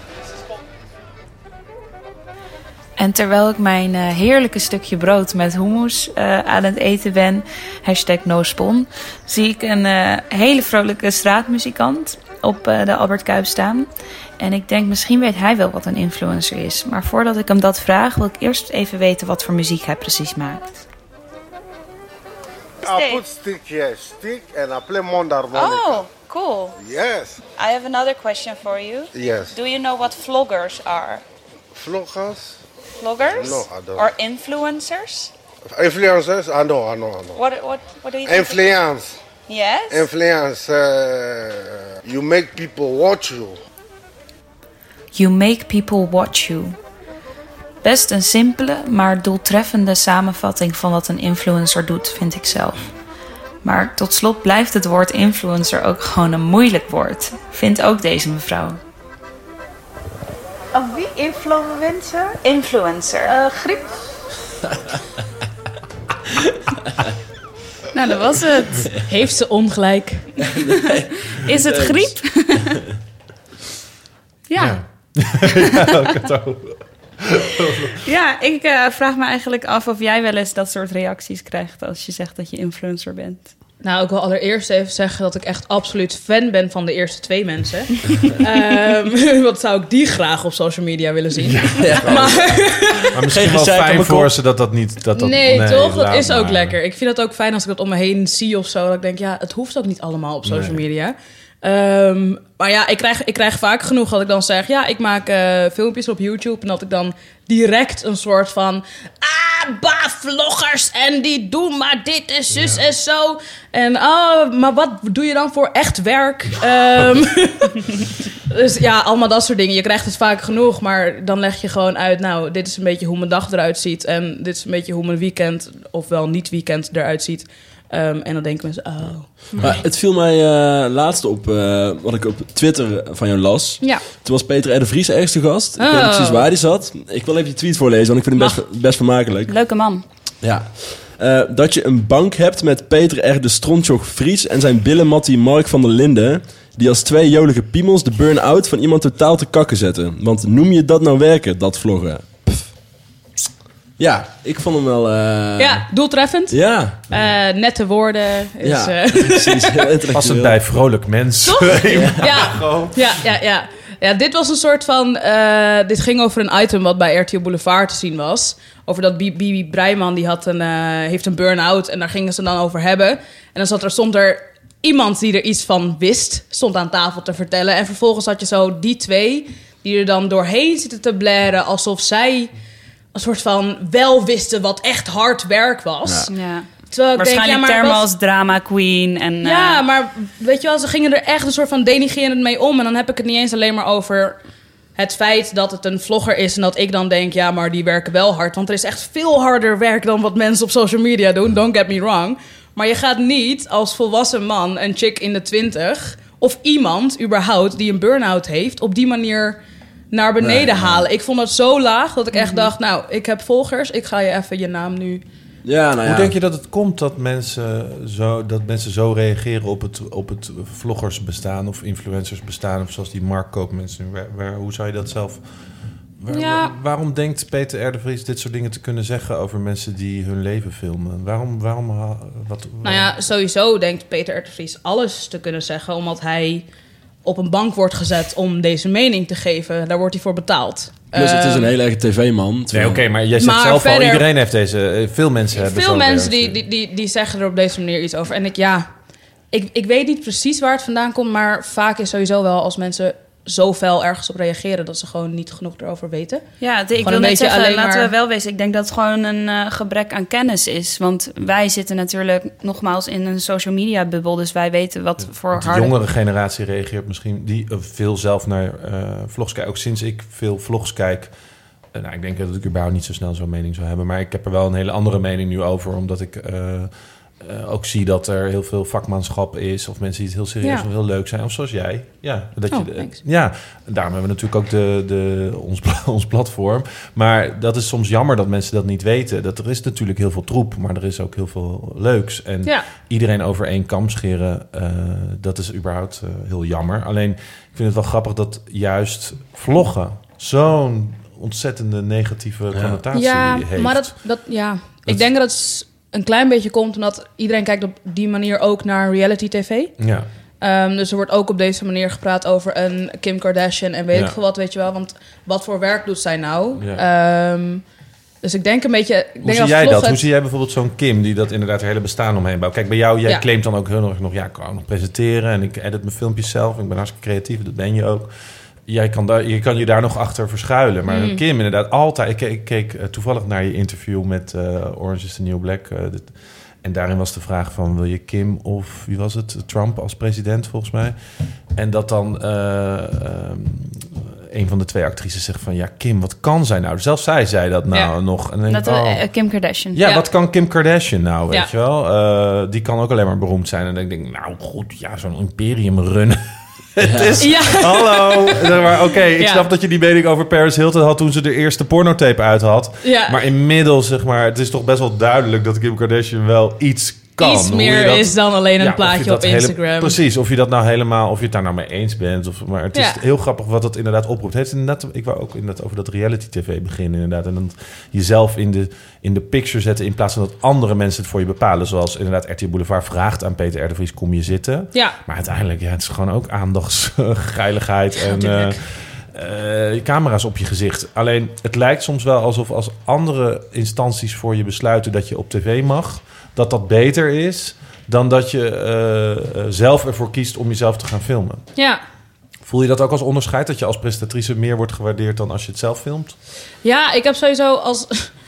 En terwijl ik mijn uh, heerlijke stukje brood met hummus uh, aan het eten ben, hashtag nospon, zie ik een uh, hele vrolijke straatmuzikant op uh, de Albert Kuip staan. En ik denk, misschien weet hij wel wat een influencer is. Maar voordat ik hem dat vraag, wil ik eerst even weten wat voor muziek hij precies maakt. I put stick, yes, stick and I play mondharmonica. Oh, cool. Yes. I have another question for you. Yes. Do you know what vloggers are? Vloggers? Vloggers? No, I don't. Or influencers? Influencers? I know, I know, I know. What, what, what do you think? Influence. Yes? Influence. Uh, you make people watch you. You make people watch you. Best een simpele, maar doeltreffende samenvatting van wat een influencer doet, vind ik zelf. Maar tot slot blijft het woord influencer ook gewoon een moeilijk woord. Vindt ook deze mevrouw. Oh, wie? Influencer? Influencer. Uh, griep? Nou, dat was het. Heeft ze ongelijk? Is het griep? Ja. Ja. Ja, ik het ook. Ja, ik uh, vraag me eigenlijk af of jij wel eens dat soort reacties krijgt als je zegt dat je influencer bent. Nou, ik wil allereerst even zeggen dat ik echt absoluut fan ben van de eerste twee mensen. um, wat zou ik die graag op social media willen zien. Ja. Maar, maar misschien wel fijn voor ze dat dat niet... Dat dat, nee, nee, toch? Dat laat is ook maar. lekker. Ik vind het ook fijn als ik dat om me heen zie of zo. Dat ik denk, ja, het hoeft ook niet allemaal op social Nee. media. Um, maar ja, ik krijg, ik krijg vaak genoeg dat ik dan zeg... ja, ik maak uh, filmpjes op YouTube... en dat ik dan direct een soort van... ah, bah, vloggers en die doen maar dit en zus ja. en zo. En oh, maar wat doe je dan voor echt werk? Um, dus ja, allemaal dat soort dingen. Je krijgt het vaak genoeg, maar dan leg je gewoon uit... nou, dit is een beetje hoe mijn dag eruit ziet... en dit is een beetje hoe mijn weekend, ofwel niet weekend, eruit ziet... Um, en dan denken mensen, oh. Nee. Maar het viel mij uh, laatst op, uh, wat ik op Twitter van jou las. Ja. Toen was Peter R. de Vries ergens te gast. Ik oh. weet niet precies waar hij zat. Ik wil even je tweet voorlezen, want ik vind hem best, best vermakelijk. Leuke man. Ja. Uh, dat je een bank hebt met Peter R. de Strontjoch Vries... en zijn billenmattie Mark van der Linden... die als twee jolige piemels de burn-out van iemand totaal te kakken zetten. Want noem je dat nou werken, dat vloggen? Ja, ik vond hem wel... Uh... Ja, doeltreffend. Ja. Uh, nette woorden. Is, ja, uh... precies. Past het bij vrolijk mensen. ja. Ja. ja, ja, ja. Ja, dit was een soort van... Uh, dit ging over een item wat bij R T L Boulevard te zien was. Over dat Bibi Breiman, die had een, uh, heeft een burn-out. En daar gingen ze dan over hebben. En dan zat er, stond er iemand die er iets van wist. Stond aan tafel te vertellen. En vervolgens had je zo die twee... die er dan doorheen zitten te blaren... alsof zij... een soort van wel wisten wat echt hard werk was. Ja. Ja. Terwijl ik waarschijnlijk denk, ja, termen wat... als drama queen. En, ja, uh... maar weet je wel, ze gingen er echt een soort van denigrerend mee om. En dan heb ik het niet eens alleen maar over het feit dat het een vlogger is... en dat ik dan denk, ja, maar die werken wel hard. Want er is echt veel harder werk dan wat mensen op social media doen. Don't get me wrong. Maar je gaat niet als volwassen man, een chick in de twintig... of iemand überhaupt die een burn-out heeft... op die manier... naar beneden nee, halen. Nee. Ik vond dat zo laag dat ik echt mm-hmm. dacht... nou, ik heb volgers, ik ga je even je naam nu... Ja, nou ja. Hoe denk je dat het komt dat mensen zo, dat mensen zo reageren op het, op het vloggersbestaan... of influencersbestaan, of zoals die Mark Koopmans nu... Waar, waar, hoe zou je dat zelf... Waar, ja. waar, waarom denkt Peter R. de Vries dit soort dingen te kunnen zeggen... over mensen die hun leven filmen? Waarom... waarom wat, waarom? Nou ja, sowieso denkt Peter R. de Vries alles te kunnen zeggen... omdat hij... op een bank wordt gezet om deze mening te geven. Daar wordt hij voor betaald. Dus het is een hele erge tv-man. Nee, oké, okay, maar jij zegt maar zelf verder, al... iedereen heeft deze... Veel mensen hebben Veel mensen die, die, die, die zeggen er op deze manier iets over. En ik, ja... Ik, ik weet niet precies waar het vandaan komt... maar vaak is sowieso wel als mensen... zo fel ergens op reageren... dat ze gewoon niet genoeg erover weten. Ja, de, ik wil net zeggen, alleen laten maar... we wel wezen... ik denk dat het gewoon een uh, gebrek aan kennis is. Want wij zitten natuurlijk nogmaals in een social media bubbel... dus wij weten wat ja, voor de harde... jongere generatie reageert misschien... die uh, veel zelf naar uh, vlogs kijken. Ook sinds ik veel vlogs kijk... Uh, nou, ik denk dat ik überhaupt niet zo snel zo'n mening zou hebben... maar ik heb er wel een hele andere mening nu over... omdat ik... Uh, Uh, ook zie dat er heel veel vakmanschap is... of mensen die het heel serieus ja. of heel leuk zijn... of zoals jij. Ja, dat oh, je de, ja, en daarom hebben we natuurlijk ook de, de, ons, ons platform. Maar dat is soms jammer dat mensen dat niet weten. Dat er is natuurlijk heel veel troep... maar er is ook heel veel leuks. En ja. iedereen over één kam scheren... Uh, dat is überhaupt uh, heel jammer. Alleen, ik vind het wel grappig dat juist vloggen... zo'n ontzettende negatieve ja. connotatie ja, heeft. Ja, maar dat... dat ja. Dat ik denk dat het... een klein beetje komt omdat iedereen kijkt op die manier ook naar reality tv. Ja. Um, dus er wordt ook op deze manier gepraat over een Kim Kardashian en weet ja. ik veel wat, weet je wel. Want wat voor werk doet zij nou? Ja. Um, dus ik denk een beetje... Ik Hoe denk zie jij dat? het... Hoe zie jij bijvoorbeeld zo'n Kim die dat inderdaad haar hele bestaan omheen bouwt? Kijk, bij jou, jij ja. claimt dan ook heel erg nog... ja, ik kan ook nog presenteren en ik edit mijn filmpjes zelf. Ik ben hartstikke creatief, dat ben je ook. Jij kan, daar, je kan je daar nog achter verschuilen. Maar mm. Kim inderdaad altijd... Ik keek, ik keek uh, toevallig naar je interview met uh, Orange is the New Black. Uh, dit, en daarin was de vraag van... wil je Kim of, wie was het? Trump als president, volgens mij. En dat dan uh, um, een van de twee actrices zegt van... ja, Kim, wat kan zij nou? Zelfs zij zei dat nou ja. nog. En dat, ik, oh, uh, Kim Kardashian. Ja, ja, wat kan Kim Kardashian nou, weet ja. je wel? Uh, die kan ook alleen maar beroemd zijn. En dan denk ik, nou goed, ja, zo'n imperium runnen... Het is, ja. hallo. Oké, okay, ik ja. snap dat je die mening over Paris Hilton had... toen ze de eerste pornotape uit had. Ja. Maar inmiddels, zeg maar... het is toch best wel duidelijk dat Kim Kardashian wel iets kan. Iets meer dat, is dan alleen een ja, plaatje op Instagram. Hele, precies, of je dat nou helemaal... of je het daar nou mee eens bent. Of, maar het is ja. heel grappig wat dat inderdaad oproept. Het inderdaad, ik wou ook inderdaad over dat reality-tv beginnen. Inderdaad. En dan jezelf in de, in de picture zetten... in plaats van dat andere mensen het voor je bepalen. Zoals inderdaad R T L Boulevard vraagt aan Peter R. de Vries... kom je zitten. Ja. Maar uiteindelijk, ja, het is gewoon ook aandachtsgeiligheid. En uh, uh, camera's op je gezicht. Alleen, het lijkt soms wel alsof als andere instanties voor je besluiten... dat je op tv mag... dat dat beter is dan dat je uh, zelf ervoor kiest om jezelf te gaan filmen. Ja. Voel je dat ook als onderscheid? Dat je als presentatrice meer wordt gewaardeerd dan als je het zelf filmt? Ja, ik heb sowieso als,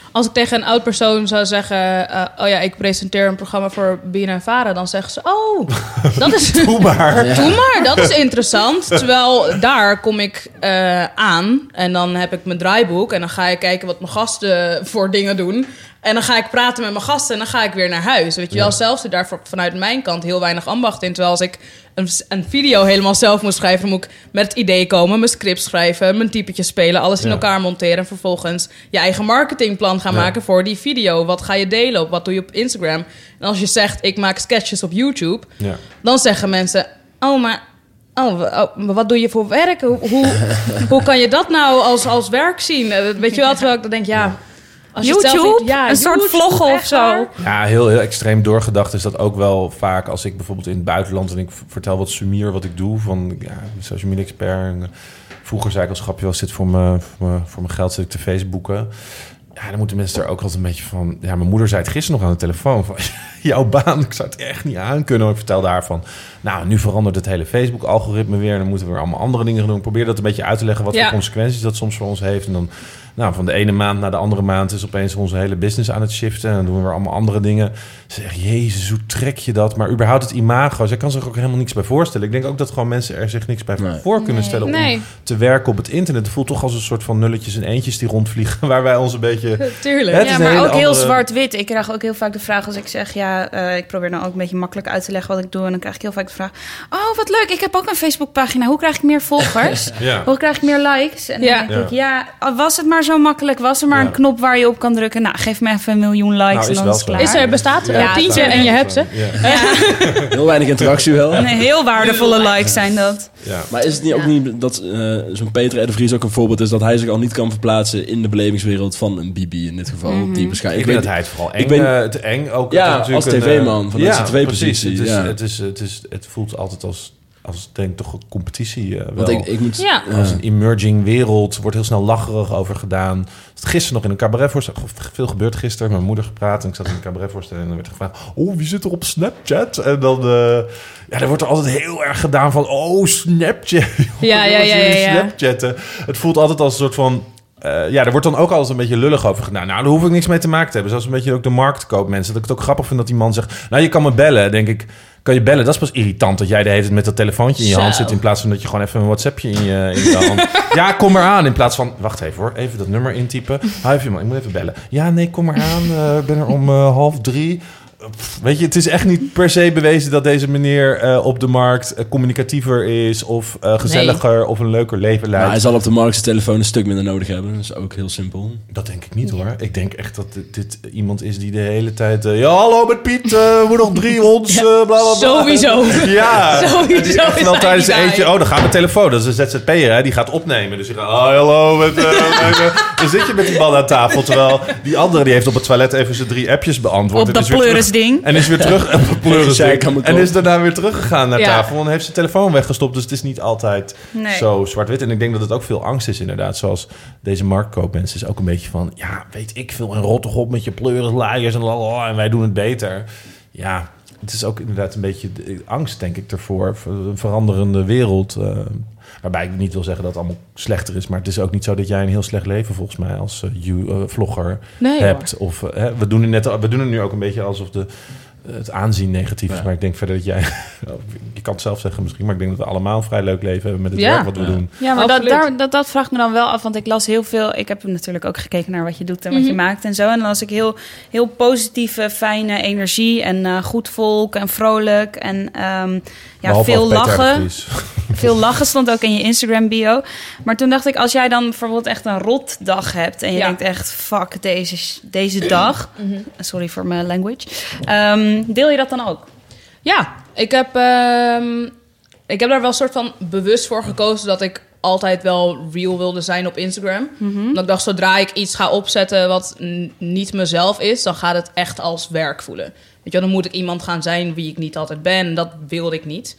als ik tegen een oud persoon zou zeggen... Uh, oh ja, ik presenteer een programma voor B N N Vara... dan zeggen ze, oh, dat is... Doe maar. Ja. Doe maar, dat is interessant. Terwijl daar kom ik uh, aan en dan heb ik mijn draaiboek... en dan ga ik kijken wat mijn gasten voor dingen doen... En dan ga ik praten met mijn gasten en dan ga ik weer naar huis. Weet je wel, Ja. zelf zit daar vanuit mijn kant heel weinig ambacht in. Terwijl als ik een, een video helemaal zelf moet schrijven... dan moet ik met het idee komen, mijn script schrijven... mijn typetjes spelen, alles in Ja. elkaar monteren... en vervolgens je eigen marketingplan gaan Ja. maken voor die video. Wat ga je delen op? Wat doe je op Instagram? En als je zegt, ik maak sketches op YouTube... Ja. dan zeggen mensen, oh, maar... Oh, oh, wat doe je voor werk? Hoe, hoe, hoe kan je dat nou als, als werk zien? Eh, Weet je wel, terwijl ik dan denk, ja... Als je het zelf YouTube? niet- ja, Een soort YouTube, vloggen of echt zo? waar? Ja, heel, heel extreem doorgedacht is dat ook wel vaak als ik bijvoorbeeld in het buitenland en ik v- vertel wat sumier wat ik doe van ja, social media expert. En, uh, vroeger zei ik als grapje wel zit voor mijn voor mijn- voor mijn geld zit ik te Facebooken. Ja, dan moeten mensen er ook altijd een beetje van. Ja, mijn moeder zei het gisteren nog aan de telefoon van jouw baan, ik zou het echt niet aankunnen. Ik vertelde haar van, nou, nu verandert het hele Facebook-algoritme weer en dan moeten we weer allemaal andere dingen gaan doen. Ik probeer dat een beetje uit te leggen wat Ja. voor consequenties dat soms voor ons heeft en dan. Nou, van de ene maand naar de andere maand is opeens onze hele business aan het shiften. En dan doen we weer allemaal andere dingen. Ze zeggen, jezus, hoe trek je dat? Maar überhaupt het imago, zij kan zich ook helemaal niks bij voorstellen. Ik denk ook dat gewoon mensen er zich niks bij Nee. voor kunnen Nee. stellen... om Nee. te werken op het internet. Het voelt toch als een soort van nulletjes en eentjes die rondvliegen... waar wij ons een beetje... Tuurlijk. Het is Ja, een maar hele ook heel andere- zwart-wit. Ik krijg ook heel vaak de vraag als ik zeg... ja, eh, ik probeer dan ook een beetje makkelijk uit te leggen wat ik doe... en dan krijg ik heel vaak de vraag... oh, wat leuk, ik heb ook een Facebookpagina. Hoe krijg ik meer volgers? Ja. Hoe krijg ik meer likes? En dan Ja. denk ik, ja, was het maar zo makkelijk? Was er maar Ja. een knop waar je op kan drukken? Nou, geef me even een miljoen likes Nou, is en dan wel is het zo. klaar. Is er, bestaat er Ja, een tientje het is en je hebt ze? Ja. Heel weinig interactie wel. Nee, heel waardevolle likes zijn dat. Ja. Maar is het niet, ook niet dat eh, zo'n Peter R. de Vries ook een voorbeeld is... dat hij zich al niet kan verplaatsen in de belevingswereld van een Bibi in dit geval? Mhm. Die Ik waarschijnlijk... vind weet- dat hij het vooral eng, Ik ben- eh, het eng ook Ja, het is natuurlijk als een, tv-man, eh, vanuit zijn precies. tv-positie, Het, is, ja. het, is, het, is, het voelt altijd als, als denk ik toch een competitie eh, wel. Want ik, ik moet... Ja. Als een emerging wereld wordt heel snel lacherig over gedaan. Gisteren nog in een cabaretvoorstelling, veel gebeurd gisteren, met mijn moeder gepraat en ik zat in een cabaretvoorstelling en dan werd er gevraagd, oh, wie zit er op Snapchat? En dan, uh, ja, er wordt er altijd heel erg gedaan van, oh, Snapchat. Ja, ja, ja, ja, ja. Snapchatten. Het voelt altijd als een soort van, uh, ja, er wordt dan ook altijd een beetje lullig over gedaan. Nou, daar hoef ik niks mee te maken te hebben. Zoals een beetje ook de marktkoopmensen. Dat ik het ook grappig vind dat die man zegt, nou, je kan me bellen, denk ik. Kan je bellen? Dat is pas irritant dat jij de hele tijd met dat telefoontje in je Zo. hand zit... in plaats van dat je gewoon even een WhatsAppje in je, in je hand... Ja, kom maar aan. In plaats van... Wacht even hoor, even dat nummer intypen. Hou even, man, ik moet even bellen. Ja, nee, kom maar aan. Uh, ik ben er om uh, half drie... Pff, weet je, het is echt niet per se bewezen dat deze meneer uh, op de markt uh, communicatiever is... of uh, gezelliger nee. of een leuker leven leidt. Nou, hij zal op de markt zijn telefoon een stuk minder nodig hebben. Dat is ook heel simpel. Dat denk ik niet hoor. Ik denk echt dat dit, dit iemand is die de hele tijd... Uh, ja, hallo met Piet, uh, we moeten nog drie honds, uh, bla, bla, bla. Sowieso. Ja, Sowieso het is echt wel tijdens de eentje... Oh, dan gaat mijn telefoon. Dat is een Z Z P'er, hè. Die gaat opnemen. Dus je gaat, oh, hallo met... Uh, dan zit je met die man aan tafel. Terwijl die andere, die heeft op het toilet even zijn drie appjes beantwoord. Op dat pleurisding. En is weer terug... op het pleurisding. Ja. En is daarna weer teruggegaan naar Ja. tafel. En heeft zijn telefoon weggestopt. Dus het is niet altijd Nee. zo zwart-wit. En ik denk dat het ook veel angst is inderdaad. Zoals deze marktkoopmensen is ook een beetje van... Ja, weet ik veel. En rot toch op met je pleurislaaiers en lalala. En wij doen het beter. Ja, het is ook inderdaad een beetje de angst, denk ik, ervoor. Voor een veranderende wereld. Uh, waarbij ik niet wil zeggen dat het allemaal slechter is. Maar het is ook niet zo dat jij een heel slecht leven, volgens mij, als uh, you, uh, vlogger Nee, hebt. Of, uh, hè, we, doen het net, we doen het nu ook een beetje alsof de... het aanzien negatief is, Ja. maar ik denk verder dat jij... je kan het zelf zeggen misschien, maar ik denk dat we allemaal een vrij leuk leven hebben met het Ja. werk wat we Ja. doen. Ja, maar dat, Absoluut. daar, dat, dat vraagt me dan wel af, want ik las heel veel... Ik heb natuurlijk ook gekeken naar wat je doet en wat Mhm. je maakt en zo. En dan las ik heel, heel positieve, fijne energie en uh, goed volk en vrolijk. En um, ja, Behalve veel als Peter R. de lachen. Vries. Veel lachen stond ook in je Instagram bio. Maar toen dacht ik, als jij dan bijvoorbeeld echt een rotdag hebt... en je Ja. denkt echt, fuck, deze, deze dag... Sorry voor mijn language. Um, deel je dat dan ook? Ja, ik heb, ehm, ik heb daar wel een soort van bewust voor gekozen... dat ik altijd wel real wilde zijn op Instagram. Mm-hmm. Omdat ik dacht, zodra ik iets ga opzetten wat n- niet mezelf is... dan gaat het echt als werk voelen. Weet je wel, dan moet ik iemand gaan zijn wie ik niet altijd ben. En dat wilde ik niet.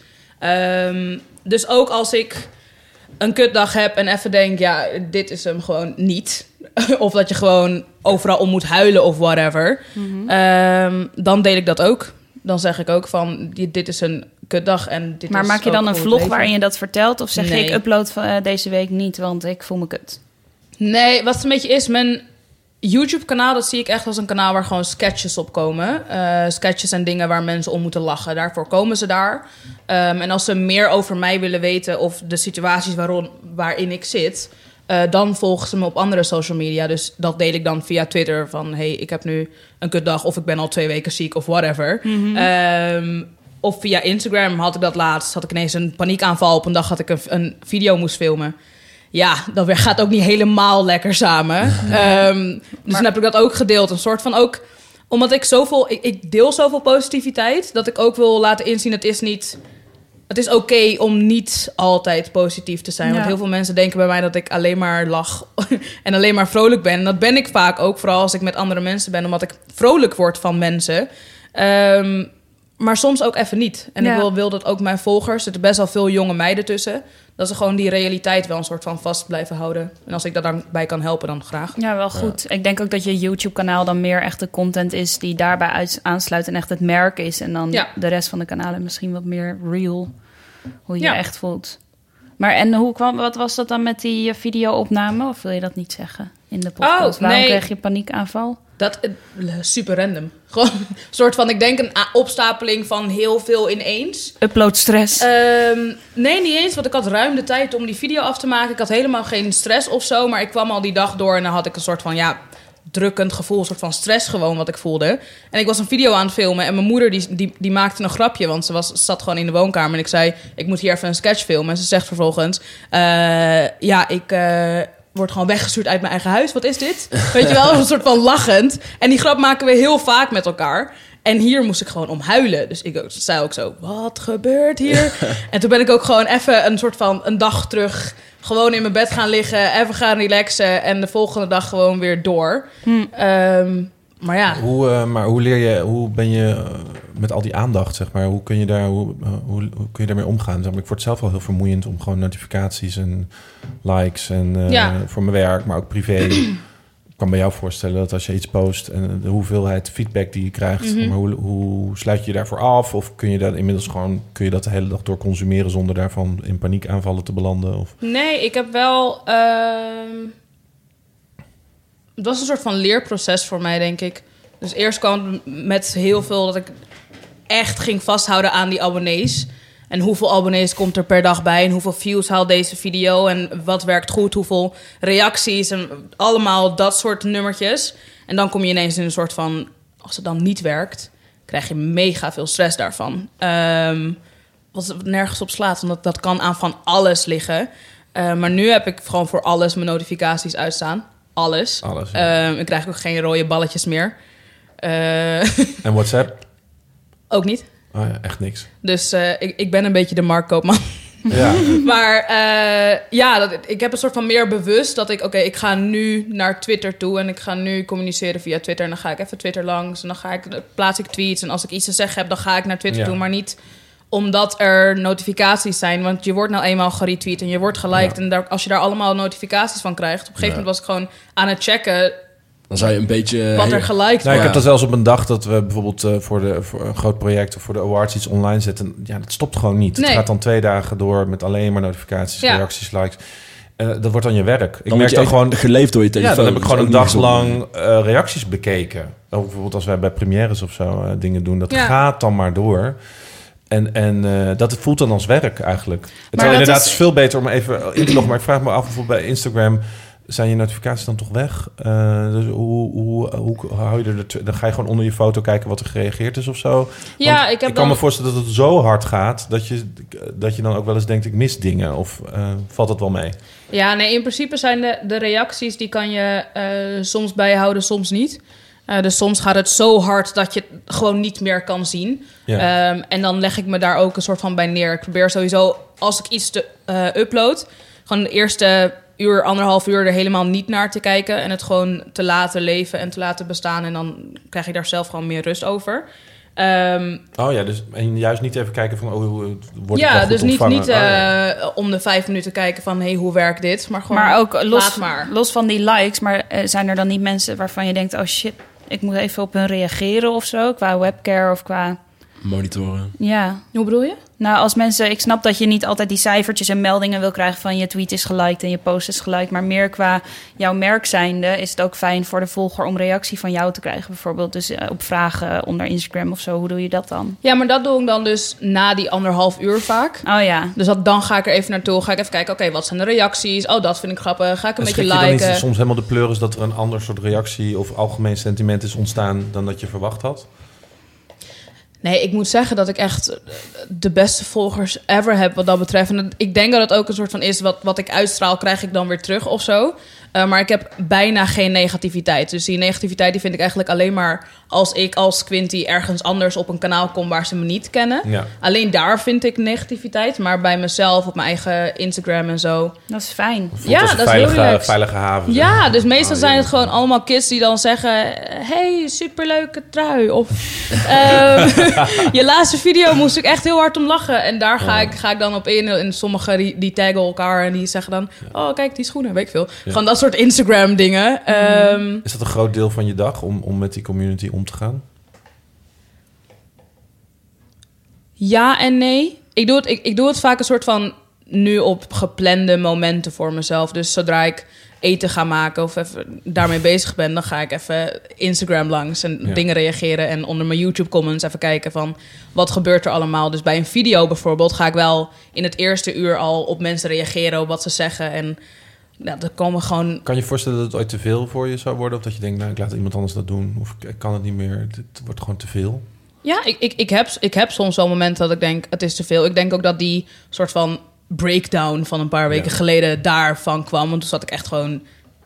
Um, dus ook als ik een kutdag heb en even denk... ja, dit is hem gewoon niet... of dat je gewoon overal om moet huilen of whatever... Mm-hmm. um, dan deel ik dat ook. Dan zeg ik ook van, dit is een kutdag en dit Maar is maak je ook dan een hoe het vlog leven. waarin je dat vertelt? Of zeg Nee. je, ik upload van, uh, deze week niet, want ik voel me kut? Nee, wat het een beetje is, mijn YouTube-kanaal, dat zie ik echt als een kanaal waar gewoon sketches op komen. Uh, sketches en dingen waar mensen om moeten lachen. Daarvoor komen ze daar. Um, en als ze meer over mij willen weten of de situaties waarom, waarin ik zit, uh, dan volgen ze me op andere social media. Dus dat deel ik dan via Twitter van, hey, ik heb nu een kutdag of ik ben al twee weken ziek of whatever. Mm-hmm. Um, of via Instagram had ik dat laatst. Had ik ineens een paniekaanval op een dag dat ik een, een video moest filmen. Ja, dat gaat ook niet helemaal lekker samen. Um, dus maar, dan heb ik dat ook gedeeld. Een soort van ook... Omdat ik zoveel... Ik, ik deel zoveel positiviteit... dat ik ook wil laten inzien... het is niet... Het is oké okay om niet altijd positief te zijn. Ja. Want heel veel mensen denken bij mij... dat ik alleen maar lach... en alleen maar vrolijk ben. En dat ben ik vaak ook. Vooral als ik met andere mensen ben... omdat ik vrolijk word van mensen... Um, maar soms ook even niet. En ja. ik wil, wil dat ook mijn volgers... er zitten best wel veel jonge meiden tussen... dat ze gewoon die realiteit wel een soort van vast blijven houden. En als ik daar daarbij kan helpen, dan graag. Ja, wel goed. Ja. Ik denk ook dat je YouTube-kanaal dan meer echt de content is... die daarbij uit, aansluit en echt het merk is. En dan ja. de rest van de kanalen misschien wat meer real. Hoe je ja. je echt voelt. Maar en hoe kwam, wat was dat dan met die video-opname? Of wil je dat niet zeggen in de podcast? Oh, Waarom nee. kreeg je paniekaanval? Dat uh, super random. Gewoon een soort van, ik denk een opstapeling van heel veel ineens. Upload stress. Um, nee, niet eens, want ik had ruim de tijd om die video af te maken. Ik had helemaal geen stress of zo, maar ik kwam al die dag door en dan had ik een soort van, ja, drukkend gevoel, een soort van stress gewoon wat ik voelde. En ik was een video aan het filmen en mijn moeder die, die, die maakte een grapje, want ze was, zat gewoon in de woonkamer en ik zei, ik moet hier even een sketch filmen. En ze zegt vervolgens, uh, ja, ik... Uh, wordt gewoon weggestuurd uit mijn eigen huis. Wat is dit? Weet je wel, een soort van lachend. En die grap maken we heel vaak met elkaar. En hier moest ik gewoon om huilen. Dus ik zei ook zo, wat gebeurt hier? En toen ben ik ook gewoon even een soort van een dag terug... gewoon in mijn bed gaan liggen, even gaan relaxen... en de volgende dag gewoon weer door. Hm. Um, maar ja. Hoe, uh, maar hoe leer je, hoe ben je uh, met al die aandacht, zeg maar? Hoe kun je, daar, hoe, uh, hoe, hoe kun je daarmee omgaan? Zeg maar, ik word zelf wel heel vermoeiend om gewoon notificaties en likes... en uh, ja. voor mijn werk, maar ook privé. Ik kan me jou voorstellen dat als je iets post... en de hoeveelheid feedback die je krijgt... Mm-hmm. maar hoe, hoe sluit je je daarvoor af? Of kun je dat inmiddels gewoon... kun je dat de hele dag door consumeren... zonder daarvan in paniekaanvallen te belanden? Of? Nee, ik heb wel... Uh... Het was een soort van leerproces voor mij, denk ik. Dus eerst kwam het met heel veel dat ik echt ging vasthouden aan die abonnees. En hoeveel abonnees komt er per dag bij? En hoeveel views haalt deze video? En wat werkt goed? Hoeveel reacties? En allemaal dat soort nummertjes. En dan kom je ineens in een soort van... Als het dan niet werkt, krijg je mega veel stress daarvan. Um, wat het nergens op slaat. Want dat kan aan van alles liggen. Uh, maar nu heb ik gewoon voor alles mijn notificaties uitstaan. Alles. Alles ja. um, ik krijg ook geen rode balletjes meer. Uh, en WhatsApp? Ook niet. Oh ja, echt niks. Dus uh, ik, ik ben een beetje de Mark Koopman. Ja. Maar uh, ja, dat, ik heb een soort van meer bewust dat ik... Oké, okay, ik ga nu naar Twitter toe en ik ga nu communiceren via Twitter. En dan ga ik even Twitter langs en dan ga ik, plaats ik tweets. En als ik iets te zeggen heb, dan ga ik naar Twitter ja. toe. Maar niet omdat er notificaties zijn. Want je wordt nou eenmaal geretweet en je wordt geliked. Ja. En daar, als je daar allemaal notificaties van krijgt... Op een gegeven ja. moment was ik gewoon aan het checken... Dan zou je een beetje... Wat er geliked wordt. Nou, ik heb dat zelfs op een dag dat we bijvoorbeeld uh, voor, de, voor een groot project... of voor de awards iets online zetten. Ja, dat stopt gewoon niet. Nee. Het gaat dan twee dagen door met alleen maar notificaties, ja. reacties, likes. Uh, dat wordt dan je werk. Ik dan merk dan gewoon geleefd door je telefoon. Ja, dan heb ik gewoon een dag lang uh, reacties bekeken. Of bijvoorbeeld als wij bij premières of zo uh, dingen doen. Dat ja. gaat dan maar door. En, en uh, dat voelt dan als werk eigenlijk. Het is inderdaad is... veel beter om even in te loggen. Maar ik vraag me af of bij Instagram... zijn je notificaties dan toch weg? Uh, dus hoe, hoe, hoe hou je er... Dan ga je gewoon onder je foto kijken wat er gereageerd is of zo. Ja, Want ik heb ik kan dan... me voorstellen dat het zo hard gaat... dat je, dat je dan ook wel eens denkt, ik mis dingen. Of uh, valt dat wel mee? Ja, nee, in principe zijn de, de reacties... die kan je uh, soms bijhouden, soms niet. Uh, dus soms gaat het zo hard dat je het gewoon niet meer kan zien. Ja. Um, en dan leg ik me daar ook een soort van bij neer. Ik probeer sowieso, als ik iets te, uh, upload... gewoon de eerste... uur, anderhalf uur er helemaal niet naar te kijken... en het gewoon te laten leven en te laten bestaan... en dan krijg je daar zelf gewoon meer rust over. Um, oh ja, dus en juist niet even kijken van... oh, hoe wordt ja, het wel goed dus niet, ontvangen? niet uh, oh, ja. om de vijf minuten kijken van... hey, hoe werkt dit? Maar gewoon, maar ook los, maar. los van die likes... maar uh, zijn er dan niet mensen waarvan je denkt... oh shit, ik moet even op hun reageren of zo... qua webcare of qua... monitoren. Ja. Hoe bedoel je? Nou, als mensen... Ik snap dat je niet altijd die cijfertjes en meldingen wil krijgen van je tweet is geliked en je post is geliked. Maar meer qua jouw merk zijnde is het ook fijn voor de volger om reactie van jou te krijgen. Bijvoorbeeld dus op vragen onder Instagram of zo. Hoe doe je dat dan? Ja, maar dat doe ik dan dus na die anderhalf uur vaak. Oh ja. Dus dat, dan ga ik er even naartoe. Ga ik even kijken, oké, okay, wat zijn de reacties? Oh, dat vind ik grappig. Ga ik een en beetje liken. liken. Je dan niet soms helemaal de pleuris dat er een ander soort reactie of algemeen sentiment is ontstaan dan dat je verwacht had? Nee, ik moet zeggen dat ik echt de beste volgers ever heb wat dat betreft. En ik denk dat het ook een soort van is, wat, wat ik uitstraal, krijg ik dan weer terug of zo. Uh, maar ik heb bijna geen negativiteit. Dus die negativiteit die vind ik eigenlijk alleen maar als ik als Quinty ergens anders op een kanaal kom waar ze me niet kennen. Ja. Alleen daar vind ik negativiteit. Maar bij mezelf, op mijn eigen Instagram en zo. Dat is fijn. Ja, dat is heel relaxed. Veilige haven. Ja, dus meestal oh, zijn het ja. gewoon allemaal kids die dan zeggen... Hey, superleuke trui. Of uh, je laatste video moest ik echt heel hard om lachen. En daar ga, oh. ik, ga ik dan op in. En sommigen die, die taggen elkaar en die zeggen dan... Oh, kijk, die schoenen, weet ik veel. Ja. Gewoon dat soort Instagram dingen. Um, Is dat een groot deel van je dag om, om met die community om te gaan? Ja en nee. Ik doe, het, ik, ik doe het vaak een soort van nu op geplande momenten voor mezelf. Dus zodra ik eten ga maken of even daarmee bezig ben... dan ga ik even Instagram langs en ja. dingen reageren... en onder mijn YouTube-comments even kijken van wat gebeurt er allemaal. Dus bij een video bijvoorbeeld ga ik wel in het eerste uur al op mensen reageren... op wat ze zeggen en... Ja, dat komen gewoon... Kan je je voorstellen dat het ooit te veel voor je zou worden? Of dat je denkt, nou, ik laat iemand anders dat doen. Of ik kan het niet meer, het wordt gewoon te veel. Ja, ik, ik, ik, heb, ik heb soms wel momenten dat ik denk, het is te veel. Ik denk ook dat die soort van breakdown van een paar weken ja. geleden daarvan kwam. Want toen zat ik echt gewoon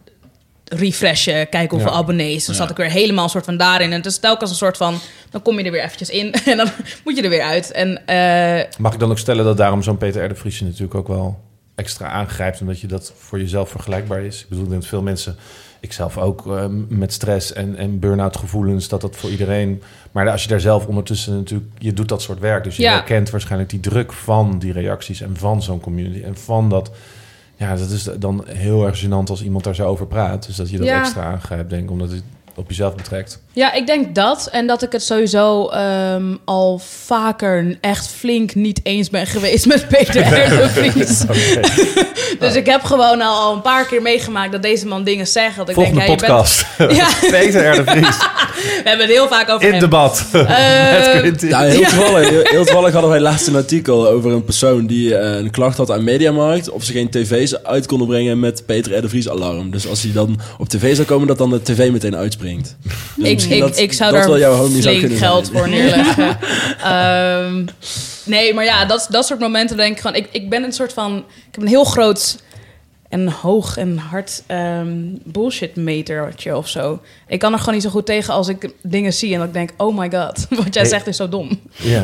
refreshen, kijken hoeveel ja. abonnees. Dan ja. zat ik weer helemaal een soort van daarin. En het is telkens een soort van, dan kom je er weer eventjes in en dan moet je er weer uit. En, uh, Mag ik dan ook stellen dat daarom zo'n Peter R. de Vries natuurlijk ook wel extra aangrijpt, omdat je dat voor jezelf vergelijkbaar is? Ik bedoel, ik denk dat veel mensen, ik zelf ook, uh, met stress en, en burn-out gevoelens, dat dat voor iedereen... Maar als je daar zelf ondertussen natuurlijk... Je doet dat soort werk, dus je ja. herkent waarschijnlijk die druk van die reacties en van zo'n community en van dat... Ja, dat is dan heel erg gênant als iemand daar zo over praat. Dus dat je dat ja. extra aangrijpt, denk ik, omdat het op jezelf betrekt. Ja, ik denk dat. En dat ik het sowieso um, al vaker echt flink niet eens ben geweest met Peter R. de Vries. Okay. Dus oh. ik heb gewoon al, al een paar keer meegemaakt dat deze man dingen zegt. Dat ik Volgende denk, hey, podcast. Je bent... ja. Peter R. de Vries. We hebben het heel vaak over In hem. debat. Uh, ja, heel, toevallig, heel, heel toevallig hadden wij laatst een artikel over een persoon die uh, een klacht had aan Mediamarkt. Of ze geen tv's uit konden brengen met Peter R. de Vries alarm. Dus als hij dan op tv zou komen, dat dan de tv meteen uitspringt. Dus ik, ik, dat, ik zou dat daar jouw flink geld voor neerleggen. um, nee, maar ja, dat, dat soort momenten denk ik gewoon... Ik, ik ben een soort van... Ik heb een heel groot en hoog en hard um, bullshit metertje of zo. Ik kan er gewoon niet zo goed tegen als ik dingen zie en dat ik denk... Oh my god, wat jij hey. zegt is zo dom. Ja.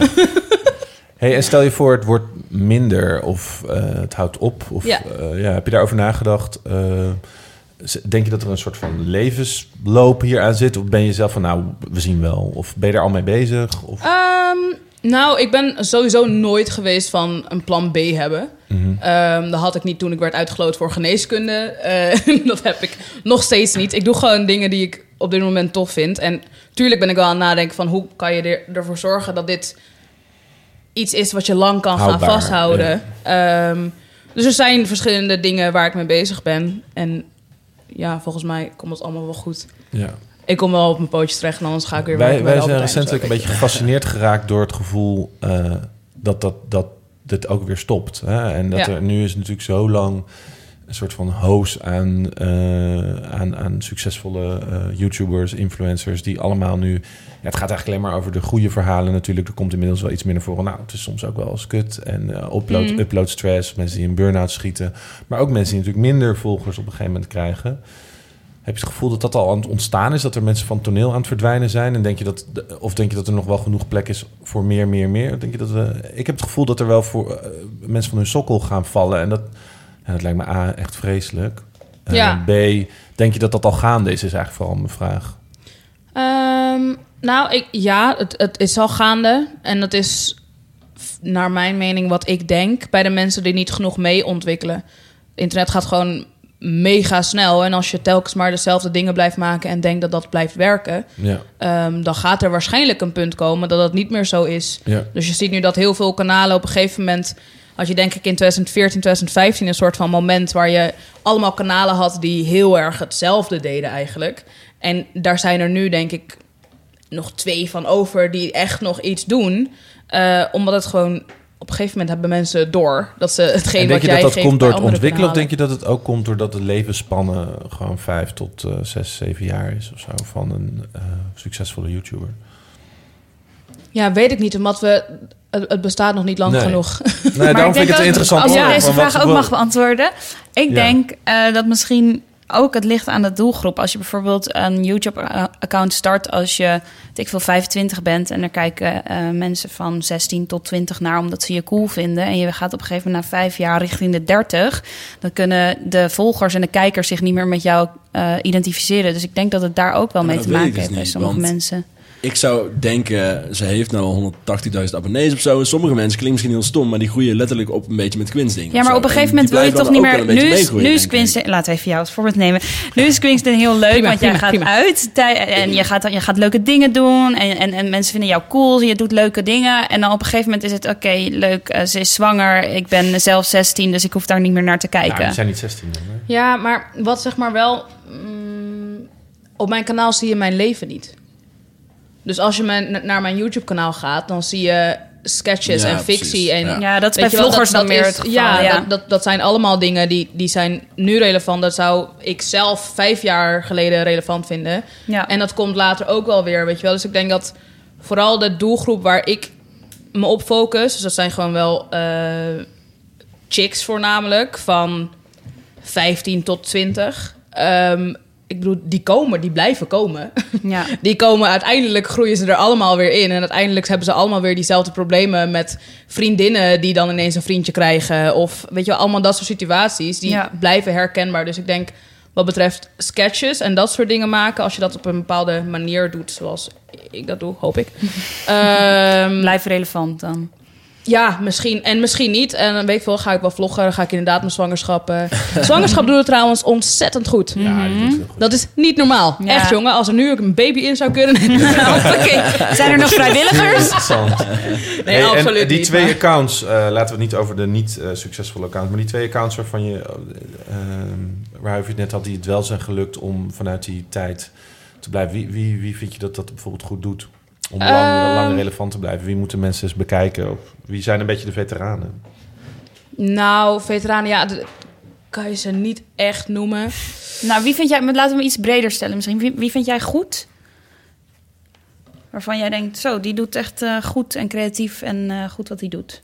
Hey, en stel je voor, het wordt minder of uh, het houdt op. Of, ja. Uh, ja, heb je daarover nagedacht? Uh, Denk je dat er een soort van levensloop hier aan zit? Of ben je zelf van, nou, we zien wel? Of ben je er al mee bezig? Of? Um, nou, ik ben sowieso nooit geweest van een plan B hebben. Mm-hmm. Um, dat had ik niet toen ik werd uitgeloot voor geneeskunde. Uh, dat heb ik nog steeds niet. Ik doe gewoon dingen die ik op dit moment tof vind. En tuurlijk ben ik wel aan het nadenken van... hoe kan je er, ervoor zorgen dat dit iets is wat je lang kan Houdbaar, gaan vasthouden. Ja. Um, dus er zijn verschillende dingen waar ik mee bezig ben. En... ja, volgens mij komt het allemaal wel goed. Ja. Ik kom wel op mijn pootjes terecht en anders ga ik weer... Wij, wij zijn recentelijk een beetje gefascineerd geraakt door het gevoel... Uh, dat, dat, dat dit ook weer stopt. Hè? En dat ja. er nu is natuurlijk zo lang een soort van hoos aan, uh, aan, aan succesvolle uh, YouTubers, influencers... die allemaal nu... Ja, het gaat eigenlijk alleen maar over de goede verhalen natuurlijk. Er komt inmiddels wel iets minder voor. Nou, het is soms ook wel eens kut. En uh, upload, mm. upload stress, mensen die in burn-out schieten. Maar ook mensen die natuurlijk minder volgers op een gegeven moment krijgen. Heb je het gevoel dat dat al aan het ontstaan is? Dat er mensen van het toneel aan het verdwijnen zijn? En denk je dat, of denk je dat er nog wel genoeg plek is voor meer, meer, meer? Denk je dat we, ik heb het gevoel dat er wel voor uh, mensen van hun sokkel gaan vallen. En dat, ja, dat lijkt me A, echt vreselijk. Uh, ja. B, denk je dat dat al gaande is, is eigenlijk vooral mijn vraag. Um, nou, ik, ja, het, het is al gaande. En dat is naar mijn mening wat ik denk... bij de mensen die niet genoeg mee ontwikkelen. Internet gaat gewoon mega snel. En als je telkens maar dezelfde dingen blijft maken en denkt dat dat blijft werken, ja. um, dan gaat er waarschijnlijk een punt komen dat het niet meer zo is. Ja. Dus je ziet nu dat heel veel kanalen op een gegeven moment, als je denk ik in twintig veertien, twintig vijftien een soort van moment waar je allemaal kanalen had die heel erg hetzelfde deden eigenlijk. En daar zijn er nu denk ik nog twee van over die echt nog iets doen. Uh, omdat het gewoon op een gegeven moment hebben mensen door dat ze hetgeen wat jij geeft. Denk je dat dat komt door het andere ontwikkelen, kanalen. of denk je dat het ook komt doordat de levensspannen gewoon vijf tot uh, zes, zeven jaar is of zo van een uh, succesvolle YouTuber? Ja, weet ik niet, omdat we het, het bestaat nog niet lang Nee. genoeg. Nee, daarom Maar ik vind ik het denk interessant. Als je hoor, deze van wat vraag ze ook wil- mag beantwoorden. Ik Ja. denk uh, dat misschien ook het ligt aan de doelgroep. Als je bijvoorbeeld een YouTube-account start als je, weet ik veel, vijfentwintig bent en er kijken uh, mensen van zestien tot twintig naar omdat ze je cool vinden en je gaat op een gegeven moment na vijf jaar richting de dertig, dan kunnen de volgers en de kijkers zich niet meer met jou uh, identificeren. Dus ik denk dat het daar ook wel Maar mee dat te weet maken ik dus heeft bij niet, sommige want mensen. Ik zou denken, ze heeft nou al honderdtachtigduizend abonnees of zo. En sommige mensen klinken misschien heel stom, maar die groeien letterlijk op een beetje met Quince dingen. Ja, maar op een gegeven moment wil je toch niet meer. Nu is, nu is Quince. Quince. Laten we even jou als voorbeeld nemen. Nu is Quince heel leuk, Prima, want jij prima, gaat prima. uit tij- en je gaat, je gaat leuke dingen doen. En, en, en mensen vinden jou cool. Je doet leuke dingen. En dan op een gegeven moment is het oké, okay, leuk. Uh, ze is zwanger. Ik ben zelf zestien, dus ik hoef daar niet meer naar te kijken. Ja, die zijn niet zestien. Dan, hè? Ja, maar wat zeg maar wel, mm, op mijn kanaal zie je mijn leven niet. Dus als je mijn, naar mijn YouTube-kanaal gaat, dan zie je sketches Ja, en fictie. precies. En, Ja. Ja, dat is weet bij je wel, vloggers dan meer is- het geval. Ja, Ja. Dat, dat, dat zijn allemaal dingen die, die zijn nu relevant. Dat zou ik zelf vijf jaar geleden relevant vinden. Ja. En dat komt later ook wel weer, weet je wel. Dus ik denk dat vooral de doelgroep waar ik me op focus, dus dat zijn gewoon wel uh, chicks voornamelijk, van vijftien tot twintig. Um, ik bedoel, die komen, die blijven komen. Ja. Die komen, uiteindelijk groeien ze er allemaal weer in. En uiteindelijk hebben ze allemaal weer diezelfde problemen met vriendinnen die dan ineens een vriendje krijgen. Of weet je wel, allemaal dat soort situaties. Die Ja. blijven herkenbaar. Dus ik denk, wat betreft sketches en dat soort dingen maken, als je dat op een bepaalde manier doet, zoals ik dat doe, hoop ik. um, Blijf relevant dan. Ja, misschien. En misschien niet. En dan weet ik veel, ga ik wel vloggen. Dan ga ik inderdaad mijn zwangerschap... Uh... Zwangerschap doet het trouwens ontzettend goed. Ja, die doet heel goed. Dat is niet normaal. Ja. Echt, jongen. Als er nu ook een baby in zou kunnen... Okay. Zijn er nog vrijwilligers? Interessant. Nee, Hey, absoluut en die niet, twee maar- accounts, uh, laten we het niet over de niet uh, succesvolle accounts, maar die twee accounts waarvan je, uh, waar je het net had, die het wel zijn gelukt om vanuit die tijd te blijven. Wie, wie, wie vind je dat dat bijvoorbeeld goed doet? Om lang, Um, lang relevant te blijven. Wie moeten mensen eens bekijken? Of wie zijn een beetje de veteranen? Nou, veteranen, ja... d- kan je ze niet echt noemen. Nou, wie vind jij... maar Laten we hem iets breder stellen misschien. Wie, wie vind jij goed? Waarvan jij denkt, zo, die doet echt uh, goed en creatief en uh, goed wat hij doet.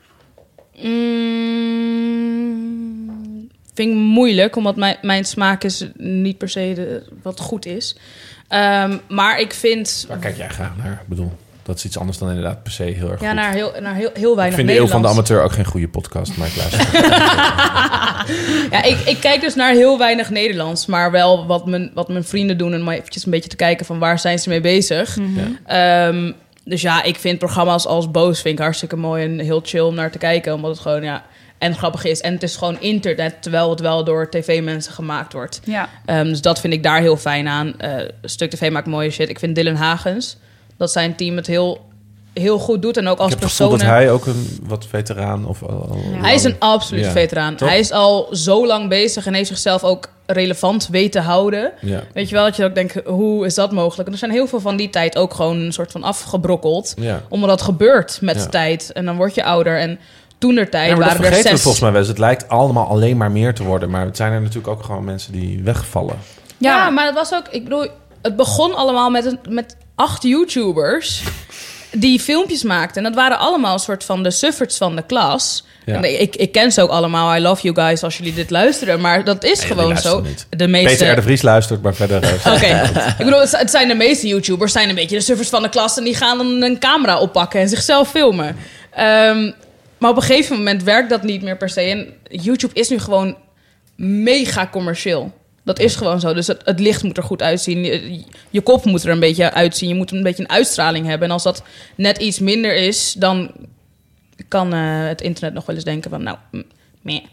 Mm, vind ik moeilijk, omdat mijn, mijn smaak is niet per se de, wat goed is. Um, maar ik vind... Waar kijk jij graag naar? Ik bedoel, dat is iets anders dan inderdaad per se heel erg Ja, goed. naar heel, naar heel, heel weinig Ik vind de Eeuw van de Nederlands. Amateur ook geen goede podcast, maar ik luister. Ja, ik, ik kijk dus naar heel weinig Nederlands, maar wel wat mijn, wat mijn vrienden doen en om eventjes een beetje te kijken van waar zijn ze mee bezig. Mm-hmm. Ja. Um, dus ja, ik vind programma's als Boos vind ik hartstikke mooi en heel chill om naar te kijken, omdat het gewoon ja en grappig is en het is gewoon internet terwijl het wel door tv-mensen gemaakt wordt. Ja. Um, dus dat vind ik daar heel fijn aan. Uh, Stuk T V maakt mooie shit. Ik vind Dylan Hagens, dat zijn team het heel heel goed doet en ook als Ik heb het persoon. gevoel dat hij ook een wat veteraan of al, al Ja. Hij is een absoluut Ja, veteraan. toch? Hij is al zo lang bezig en heeft zichzelf ook relevant weten houden. Ja. Weet je wel, dat je ook denkt, hoe is dat mogelijk? En er zijn heel veel van die tijd ook gewoon een soort van afgebrokkeld. Ja. Omdat dat gebeurt met Ja. de tijd. En dan word je ouder. En toen der tijd Ja, maar dat waren er vergeten zes... we volgens mij wel eens. Het lijkt allemaal alleen maar meer te worden. Maar het zijn er natuurlijk ook gewoon mensen die wegvallen. Ja, Ja. maar het was ook... Ik bedoel, het begon allemaal met, een, met acht YouTubers die filmpjes maakten. En dat waren allemaal een soort van de sufferts van de klas. Ja. En ik, ik ken ze ook allemaal. I love you guys als jullie dit luisteren. Maar dat is Nee, gewoon die zo. luisteren niet. De meeste... Peter R. de Vries luistert, maar verder... uh, Oké, ik bedoel, het zijn de meeste YouTubers zijn een beetje de suffers van de klas en die gaan dan een camera oppakken en zichzelf filmen. Um, maar op een gegeven moment werkt dat niet meer per se. En YouTube is nu gewoon mega commercieel. Dat is gewoon zo. Dus het, het licht moet er goed uitzien. Je, je kop moet er een beetje uitzien. Je moet een beetje een uitstraling hebben. En als dat net iets minder is, dan kan uh, het internet nog wel eens denken van, nou, mm, meh.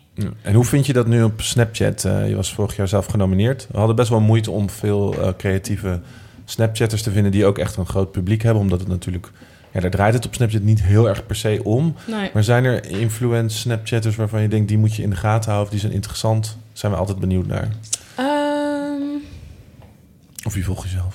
En hoe vind je dat nu op Snapchat? Uh, je was vorig jaar zelf genomineerd. We hadden best wel moeite om veel uh, creatieve Snapchatters te vinden... die ook echt een groot publiek hebben. Omdat het natuurlijk... Ja, daar draait het op Snapchat niet heel erg per se om. Nee. Maar zijn er influence Snapchatters waarvan je denkt... die moet je in de gaten houden of die zijn interessant? Zijn we altijd benieuwd naar. Um... Of wie volg je zelf?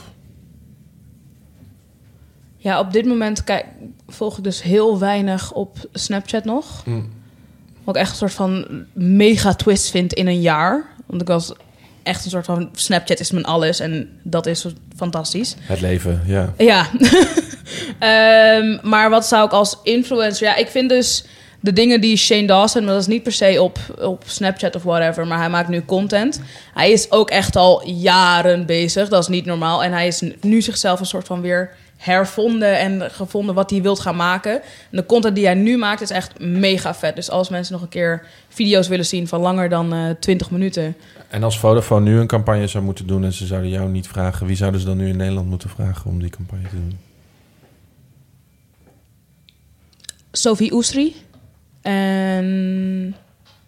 Ja, op dit moment kijk, volg ik dus heel weinig op Snapchat nog. Mm. Wat ik echt een soort van mega twist vind in een jaar. Want ik was echt een soort van... Snapchat is mijn alles en dat is fantastisch. Het leven, ja. Ja. um, maar wat zou ik als influencer... Ja, ik vind dus de dingen die Shane Dawson... maar dat is niet per se op, op Snapchat of whatever... maar hij maakt nu content. Hij is ook echt al jaren bezig. Dat is niet normaal. En hij is nu zichzelf een soort van weer... hervonden en gevonden wat hij wilt gaan maken. En de content die hij nu maakt is echt mega vet. Dus als mensen nog een keer video's willen zien van langer dan uh, twintig minuten. En als Vodafone nu een campagne zou moeten doen... en ze zouden jou niet vragen... wie zouden ze dan nu in Nederland moeten vragen om die campagne te doen? Sophie Oestry. En...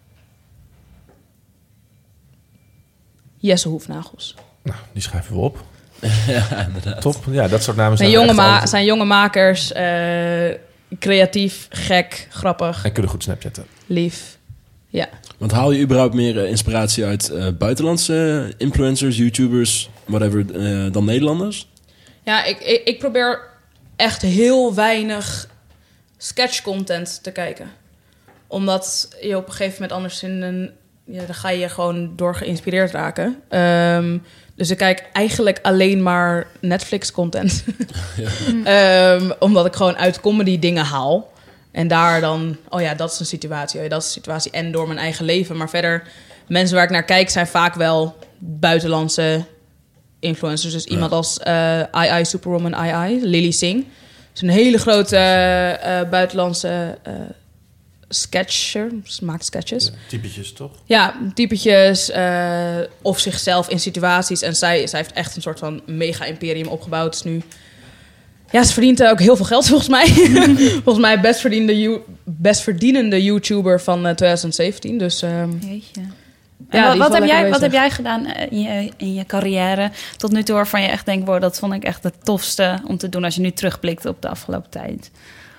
Jesse Hoefnagels. Nou, die schrijven we op. Ja, inderdaad. Top. Ja, dat soort namen zijn jonge, echt ma- altijd... zijn jonge makers. Uh, creatief, gek, grappig. En kunnen goed Snapchatten. Lief. Ja. Want haal je überhaupt meer uh, inspiratie uit uh, buitenlandse uh, influencers, YouTubers, whatever, uh, dan Nederlanders? Ja, ik, ik, ik probeer echt heel weinig sketch-content te kijken. Omdat je op een gegeven moment anders in een... Ja, dan ga je gewoon door geïnspireerd raken. Um, dus ik kijk eigenlijk alleen maar Netflix-content. Ja. um, omdat ik gewoon uit comedy dingen haal. En daar dan... Oh ja, dat is een situatie. Oh ja, dat is een situatie. En door mijn eigen leven. Maar verder, mensen waar ik naar kijk... zijn vaak wel buitenlandse influencers. Dus iemand ja. als uh, I I Superwoman I I, Lily Singh. Dus een hele grote uh, uh, buitenlandse... Uh, sketcher, maakt sketches. Ja, typetjes, toch? Ja, typetjes uh, of zichzelf in situaties. En zij, zij heeft echt een soort van mega-imperium opgebouwd. Dus nu... Ja, ze verdient ook heel veel geld, volgens mij. volgens mij best verdienende, best verdienende YouTuber van uh, twintig zeventien. Dus... Um, Jeetje. Ja, wat, wat, heb jij, wat heb jij gedaan in je, in je carrière tot nu toe... waarvan je echt denkt, wow, dat vond ik echt het tofste om te doen... als je nu terugblikt op de afgelopen tijd?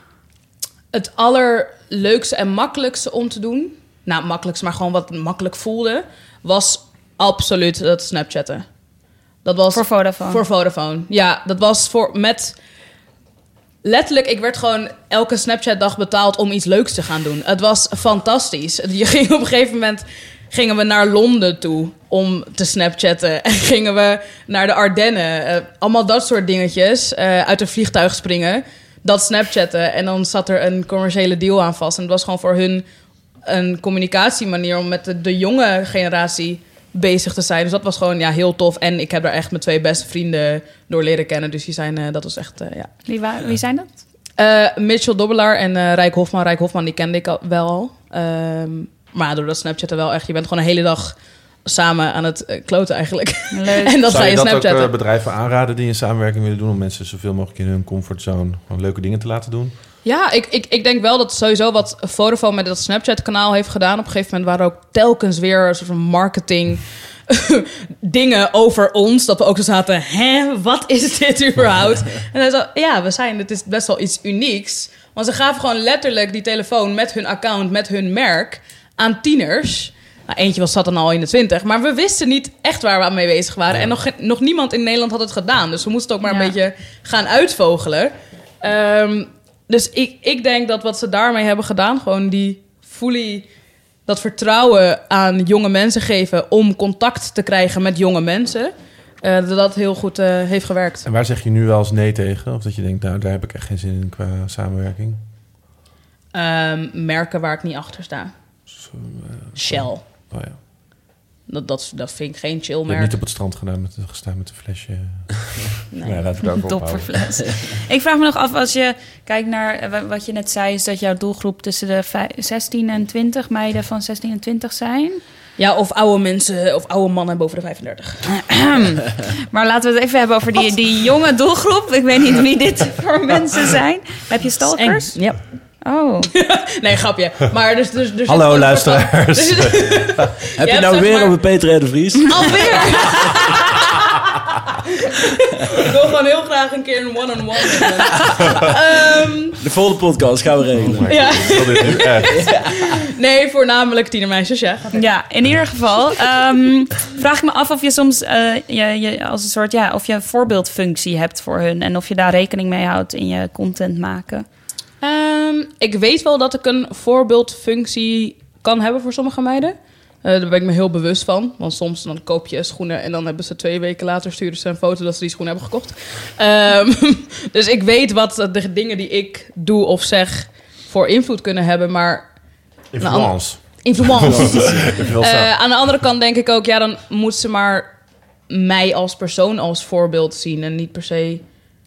Het allerleukste en makkelijkste om te doen... nou, makkelijkste, maar gewoon wat makkelijk voelde... was absoluut dat Snapchatten. Dat was voor Vodafone? Voor Vodafone, ja. Dat was voor met... Letterlijk, ik werd gewoon elke Snapchat-dag betaald... om iets leuks te gaan doen. Het was fantastisch. Je ging op een gegeven moment... gingen we naar Londen toe om te Snapchatten. En gingen we naar de Ardennen. Uh, allemaal dat soort dingetjes. Uh, uit een vliegtuig springen... dat Snapchatten. En dan zat er een commerciële deal aan vast. En het was gewoon voor hun een communicatiemanier... om met de, de jonge generatie bezig te zijn. Dus dat was gewoon ja, heel tof. En ik heb daar echt mijn twee beste vrienden door leren kennen. Dus die zijn, uh, dat was echt, uh, ja. Wie, wa- wie zijn dat? Uh, Mitchell Dobbelaar en uh, Rijk Hofman. Rijk Hofman, die kende ik al, wel al. Um, maar door dat Snapchatten wel echt... Je bent gewoon een hele dag samen aan het uh, kloten eigenlijk. Leuk. En dat Zou ga je je dat Snapchatten. ook uh, bedrijven aanraden die een samenwerking willen doen... om mensen zoveel mogelijk in hun comfortzone gewoon leuke dingen te laten doen? Ja, ik, ik, ik denk wel dat sowieso wat Vodafone met dat Snapchat-kanaal heeft gedaan... op een gegeven moment waren er ook telkens weer een soort van marketing... dingen over ons, dat we ook zo zaten... hè, wat is dit überhaupt? En dan zo, ja, we zijn, het is best wel iets unieks. Want ze gaven gewoon letterlijk die telefoon met hun account... met hun merk aan tieners... Nou, eentje was zat dan al in de twintig. Maar we wisten niet echt waar we aan mee bezig waren. Ja. En nog, nog niemand in Nederland had het gedaan. Dus we moesten ook maar ja. een beetje gaan uitvogelen. Um, dus ik, ik denk dat wat ze daarmee hebben gedaan... gewoon die fully... dat vertrouwen aan jonge mensen geven... om contact te krijgen met jonge mensen... Uh, dat dat heel goed uh, heeft gewerkt. En waar zeg je nu wel eens nee tegen? Of dat je denkt, nou, daar heb ik echt geen zin in qua samenwerking? Um, merken waar ik niet achter sta. Zo, uh, Shell. Oh ja. Dat, dat, dat vind ik geen chill merk. Je hebt niet op het strand gedaan met, gestaan met een flesje. Nee. Ja, laten we daar ook Dopperfles. Ik vraag me nog af, als je kijkt naar wat je net zei... is dat jouw doelgroep tussen de zestien en twintig meiden van zestien en twintig zijn... Ja, of oude mensen, of oude mannen boven de vijfendertig. Maar laten we het even hebben over die, die jonge doelgroep. Ik weet niet wie dit voor mensen zijn. Heb je stalkers? Ja. Oh. Nee, grapje. Maar dus, dus, dus Hallo luisteraars. Dus, Heb je, je nou weer maar... over Peter R. de Vries? Alweer? Ik wil gewoon heel graag een keer een one-on-one um, De volgende podcast gaan we regelen. Oh ja. Nee, voornamelijk tienermeisjes, ja. Ja, in ieder geval um, vraag ik me af of je soms uh, je, je, als een soort ja, of je een voorbeeldfunctie hebt voor hun en of je daar rekening mee houdt in je content maken. Um, ik weet wel dat ik een voorbeeldfunctie kan hebben voor sommige meiden. Uh, daar ben ik me heel bewust van. Want soms dan koop je schoenen en dan hebben ze twee weken later sturen ze een foto dat ze die schoenen hebben gekocht. Um, dus ik weet wat de dingen die ik doe of zeg voor invloed kunnen hebben, maar... Influence. Influence. uh, aan de andere kant denk ik ook, ja, dan moet ze maar mij als persoon als voorbeeld zien en niet per se...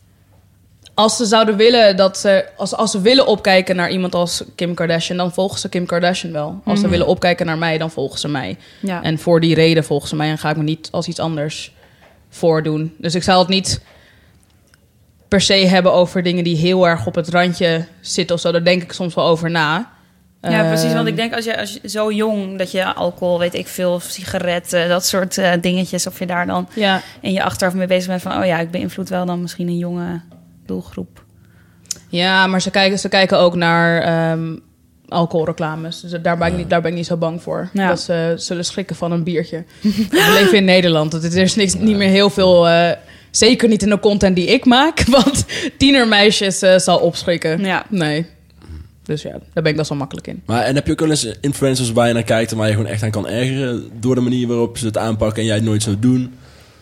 Als ze zouden willen dat ze, als, als ze willen opkijken naar iemand als Kim Kardashian, dan volgen ze Kim Kardashian wel. Als ze mm. willen opkijken naar mij, dan volgen ze mij. Ja. En voor die reden volgen ze mij en ga ik me niet als iets anders voordoen. Dus ik zou het niet per se hebben over dingen die heel erg op het randje zitten of zo. Daar denk ik soms wel over na. Ja, precies. Want ik denk als je, als je zo jong dat je alcohol, weet ik veel, sigaretten, dat soort uh, dingetjes, of je daar dan ja. in je achterhoofd mee bezig bent van, oh ja, ik beïnvloed wel dan misschien een jonge doelgroep. Ja, maar ze kijken, ze kijken ook naar um, alcoholreclames. Dus daar ben, ik niet, daar ben ik niet zo bang voor. Ja. Dat ze zullen schrikken van een biertje. We leven in Nederland. Er is niks, niet meer heel veel... Uh, zeker niet in de content die ik maak. Want tienermeisjes uh, zal opschrikken. Ja. Nee. Dus ja, daar ben ik best wel makkelijk in. Maar en heb je ook wel eens influencers waar je naar kijkt en waar je gewoon echt aan kan ergeren door de manier waarop ze het aanpakken en jij het nooit zou doen?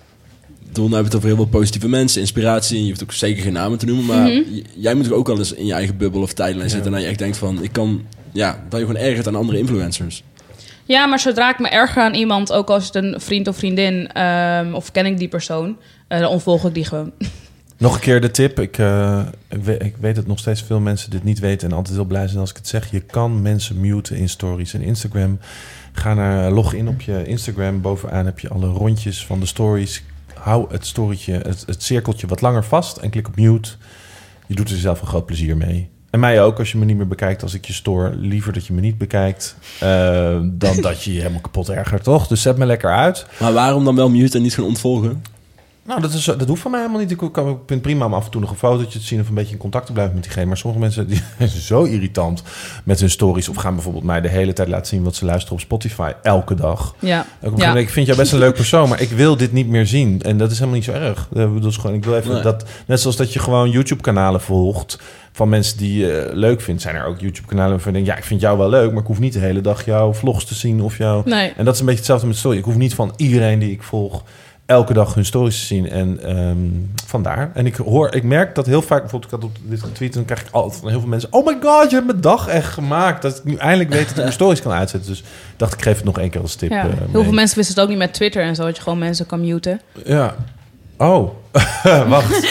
Toen hebben we het over heel veel positieve mensen, inspiratie. En je hoeft ook zeker geen namen te noemen. Maar mm-hmm. j- jij moet ook wel eens in je eigen bubbel of tijdlijn ja. zitten. En je echt denkt van, ik kan... Ja, dat je gewoon ergert aan andere influencers. Ja, maar zodra ik me erger aan iemand, ook als het een vriend of vriendin... Um, of ken ik die persoon, uh, dan ontvolg ik die gewoon. Nog een keer de tip. Ik, uh, ik, weet, ik weet dat nog steeds veel mensen dit niet weten... en altijd heel blij zijn als ik het zeg. Je kan mensen muten in stories en Instagram. Ga naar log in op je Instagram. Bovenaan heb je alle rondjes van de stories... Hou het storytje, het, het cirkeltje wat langer vast en klik op mute. Je doet er zelf een groot plezier mee. En mij ook, als je me niet meer bekijkt als ik je stoor. Liever dat je me niet bekijkt uh, dan dat je je helemaal kapot ergert, toch? Dus zet me lekker uit. Maar waarom dan wel mute en niet gaan ontvolgen? Nou, dat, is, dat hoeft van mij helemaal niet. Ik, kan, ik vind prima om af en toe nog een fotootje te zien... of een beetje in contact te blijven met diegene. Maar sommige mensen die zijn zo irritant met hun stories... of gaan bijvoorbeeld mij de hele tijd laten zien... wat ze luisteren op Spotify, elke dag. Ja. Ook ja. Ik vind jou best een leuk persoon... maar ik wil dit niet meer zien. En dat is helemaal niet zo erg. Dat is gewoon, ik wil even nee. dat... Net zoals dat je gewoon YouTube-kanalen volgt... van mensen die je uh, leuk vindt... zijn er ook YouTube-kanalen waarvan je denkt... ja, ik vind jou wel leuk... maar ik hoef niet de hele dag jouw vlogs te zien... of jou... Nee. En dat is een beetje hetzelfde met story. Ik hoef niet van iedereen die ik volg... elke dag hun stories te zien en um, vandaar. En ik hoor, ik merk dat heel vaak, bijvoorbeeld ik had op dit getweet, dan krijg ik altijd van heel veel mensen, oh my god, je hebt mijn dag echt gemaakt. Dat ik nu eindelijk weet dat ik mijn stories kan uitzetten. Dus ik dacht, ik geef het nog één keer als tip. Ja. Uh, heel veel mensen wisten het ook niet met Twitter en zo, dat je gewoon mensen kan muten. Ja. Oh, wacht.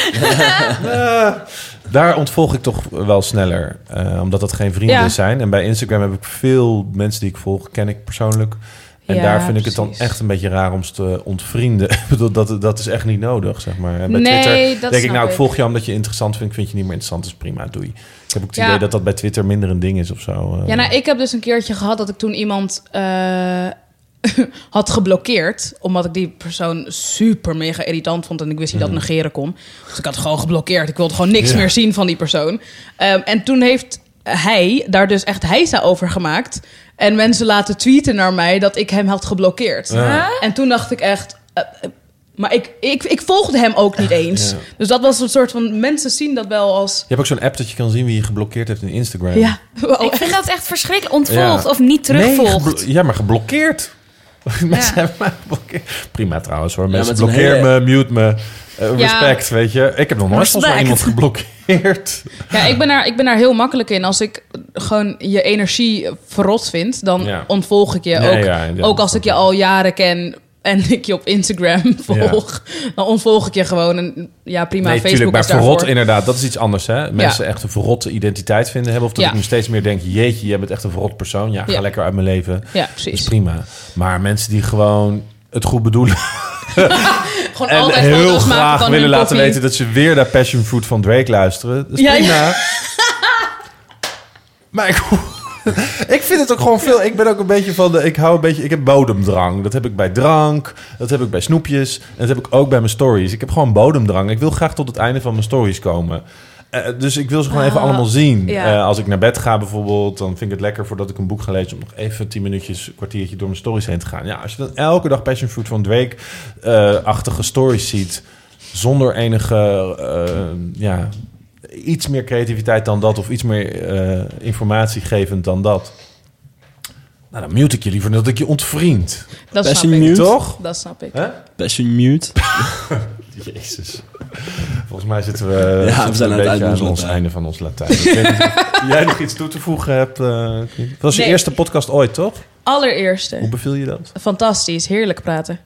uh, daar ontvolg ik toch wel sneller, uh, omdat dat geen vrienden ja. zijn. En bij Instagram heb ik veel mensen die ik volg, ken ik persoonlijk. En ja, daar vind ik precies. het dan echt een beetje raar om ze te ontvrienden. dat, dat is echt niet nodig, zeg maar. En bij nee, Twitter dat denk ik, nou, ik ik volg je omdat je interessant vindt. Ik vind je niet meer interessant, is prima, doei. Ik heb ook het ja. idee dat dat bij Twitter minder een ding is of zo. Ja, nou, ik heb dus een keertje gehad dat ik toen iemand uh, had geblokkeerd. Omdat ik die persoon super mega irritant vond en ik wist niet mm. dat negeren kon. Dus ik had gewoon geblokkeerd. Ik wilde gewoon niks ja. meer zien van die persoon. Um, en toen heeft hij daar dus echt heisa over gemaakt... En mensen laten tweeten naar mij dat ik hem had geblokkeerd. Ja. En toen dacht ik echt... Uh, maar ik, ik, ik volgde hem ook niet eens. Ja. Dus dat was een soort van... Mensen zien dat wel als... Je hebt ook zo'n app dat je kan zien wie je geblokkeerd heeft in Instagram. Ja. Oh, ik vind dat echt verschrikkelijk. Ontvolgd ja. of niet terugvolgt. Nee, geblo- ja, maar geblokkeerd. Mensen ja. hebben mij geblokkeerd. Prima trouwens hoor. Mensen ja, blokkeer hele... me, mute me. Uh, respect, ja. weet je. Ik heb nog nooit volgens mij iemand geblokkeerd. Ja, ik ben, daar, ik ben daar heel makkelijk in. Als ik gewoon je energie verrot vind, dan ja. ontvolg ik je. Nee, ook, ja, ook als ik je al jaren ken en ik je op Instagram volg, ja. dan ontvolg ik je gewoon. En ja, prima, nee, Facebook tuurlijk, is daarvoor. Maar verrot, inderdaad, dat is iets anders. Hè? Mensen ja. echt een verrotte identiteit vinden hebben. Of dat ja. ik nu steeds meer denk, jeetje, jij bent echt een verrot persoon. Ja, ga ja. lekker uit mijn leven. Ja, precies. Dat is prima. Maar mensen die gewoon het goed bedoelen... Gewoon en altijd heel graag willen laten weten dat ze weer naar Passion Fruit van Drake luisteren. Dat is ja, prima. Ja. Maar ik, ik vind het ook gewoon veel... Ik ben ook een beetje van de... Ik hou een beetje... Ik heb bodemdrang. Dat heb ik bij drank. Dat heb ik bij snoepjes. En dat heb ik ook bij mijn stories. Ik heb gewoon bodemdrang. Ik wil graag tot het einde van mijn stories komen. Uh, dus ik wil ze gewoon Ah, even allemaal zien. ja. Uh, als ik naar bed ga bijvoorbeeld... dan vind ik het lekker voordat ik een boek ga lezen... om nog even tien minuutjes, een kwartiertje door mijn stories heen te gaan. Ja, als je dan elke dag Passion Fruit van Drake-achtige uh, stories ziet... zonder enige... Uh, ja, iets meer creativiteit dan dat... of iets meer uh, informatiegevend dan dat... Nou, dan mute ik je liever dan dat ik je ontvriend. Dat Passion snap ik. mute. Toch? Dat snap ik. Huh? Passion mute. Jezus. Volgens mij zitten we, Ja, zitten we zijn een aan het beetje einde aan van ons Latijn. einde van ons Latijn. Ik weet niet of jij nog iets toe te voegen hebt. Uh, dat was je Nee. eerste podcast ooit, toch? Allereerste. Hoe beviel je dat? Fantastisch, heerlijk praten.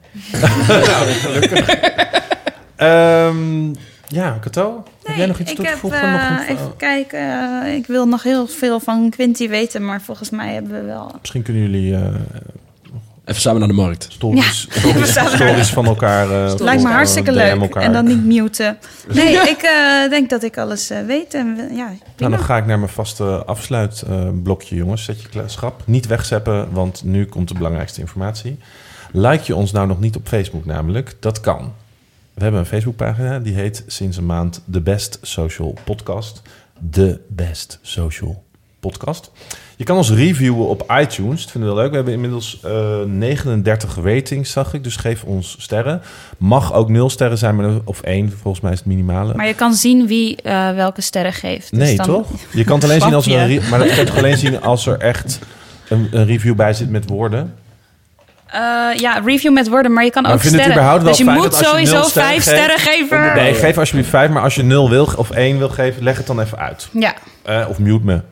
um, ja, Cato? Heb jij nog iets ik toe te heb, voegen? uh, nog een, even kijken. Uh, ik wil nog heel veel van Quinty weten, maar volgens mij hebben we wel... Misschien kunnen jullie... Uh, Even samen naar de markt. Stories, Ja. stories, stories van elkaar... Uh, Lijkt me hartstikke D M leuk. elkaar. En dan niet muten. Nee, ik uh, denk dat ik alles uh, weet. En, we- ja, Nou, prima. dan ga ik naar mijn vaste afsluitblokje, jongens. Zet je kla- schrap. Niet wegzeppen, want nu komt de belangrijkste informatie. Like je ons nou nog niet op Facebook namelijk? Dat kan. We hebben een Facebookpagina, die heet sinds een maand The Best Social Podcast. The Best Social Podcast. Je kan ons reviewen op iTunes. Dat vinden we wel leuk. We hebben inmiddels uh, negenendertig ratings, zag ik. Dus geef ons sterren. Mag ook nul sterren zijn, maar of één. Volgens mij is het minimale. Maar je kan zien wie uh, welke sterren geeft. Dus Nee, dan... toch? Je kan het alleen zien als er een Grapje. re- maar dat kan je toch alleen zien als er echt een, een review bij zit met woorden. Uh, ja, review met woorden, maar je kan Maar ook vind het sterren. überhaupt wel Dus je fijn moet dat als je sowieso nul sterren vijf geeft- sterren geven. Nee, geef alsjeblieft vijf, maar als je nul wil of één wil geven, leg het dan even uit. Ja. Uh, of mute me.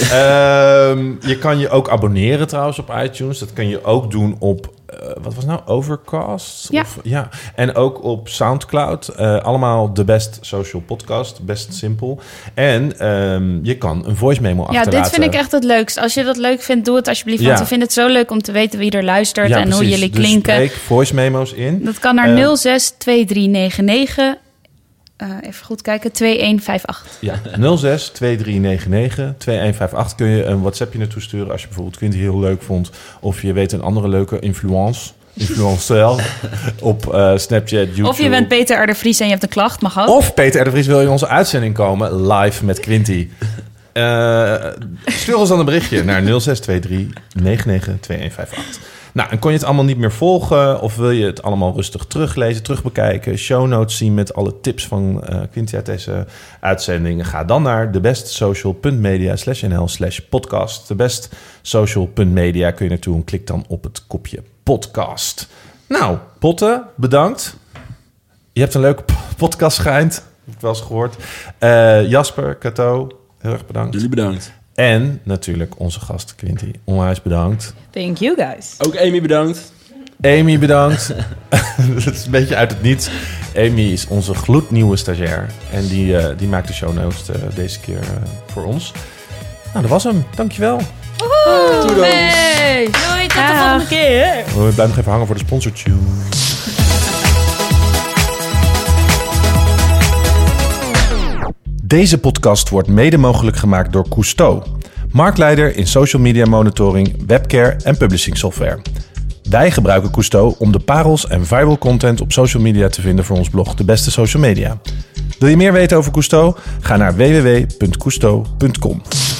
um, je kan je ook abonneren trouwens op iTunes. Dat kun je ook doen op, uh, wat was nou, Overcast? Ja. Of, ja. En ook op Soundcloud. Uh, allemaal de Best Social Podcast. Best simpel. En um, je kan een voice memo Ja, achterlaten. dit vind ik echt het leukst. Als je dat leuk vindt, doe het alsjeblieft. Want Ja. we vinden het zo leuk om te weten wie er luistert Ja, en hoe precies. jullie Dus klinken. spreek voice memo's in. Dat kan naar Uh, nul zes twee drie negen negen. Uh, even goed kijken, twee een vijf acht. Ja, nul zes twee drie negen negen twee een vijf acht kun je een WhatsAppje naartoe sturen als je bijvoorbeeld Quinty heel leuk vond. Of je weet een andere leuke influence, influencer op uh, Snapchat, YouTube. Of je bent Peter R. de Vries en je hebt een klacht, mag ook. Of Peter R. de Vries wil je in onze uitzending komen, live met Quinty. Uh, stuur ons dan een berichtje naar nul zes twee drie negen negen twee een vijf acht. Nou, en kon je het allemaal niet meer volgen of wil je het allemaal rustig teruglezen, terugbekijken, show notes zien met alle tips van uh, Quinty uit deze uitzending? Ga dan naar thebestsocial.media slash nl slash podcast. thebestsocial.media kun je naartoe en klik dan op het kopje podcast. Nou, Potte, bedankt. Je hebt een leuke podcast schijnt. Heb ik wel eens gehoord. Uh, Jasper, Cato, heel erg bedankt. Jullie bedankt. En natuurlijk onze gast Quinty. Onwijs bedankt. Thank you guys. Ook Amy bedankt. Amy bedankt. Dat is een beetje uit het niets. Amy is onze gloednieuwe stagiair. En die, uh, die maakt de show notes uh, deze keer uh, voor ons. Nou, dat was hem. Dankjewel. Woehoe! Doei. Hey. Doei, tot de volgende keer. We blijven nog even hangen voor de sponsortune. Deze podcast wordt mede mogelijk gemaakt door Cousteau, marktleider in social media monitoring, webcare en publishing software. Wij gebruiken Cousteau om de parels en viral content op social media te vinden voor ons blog De Beste Social Media. Wil je meer weten over Cousteau? Ga naar w w w punt cousteau punt com.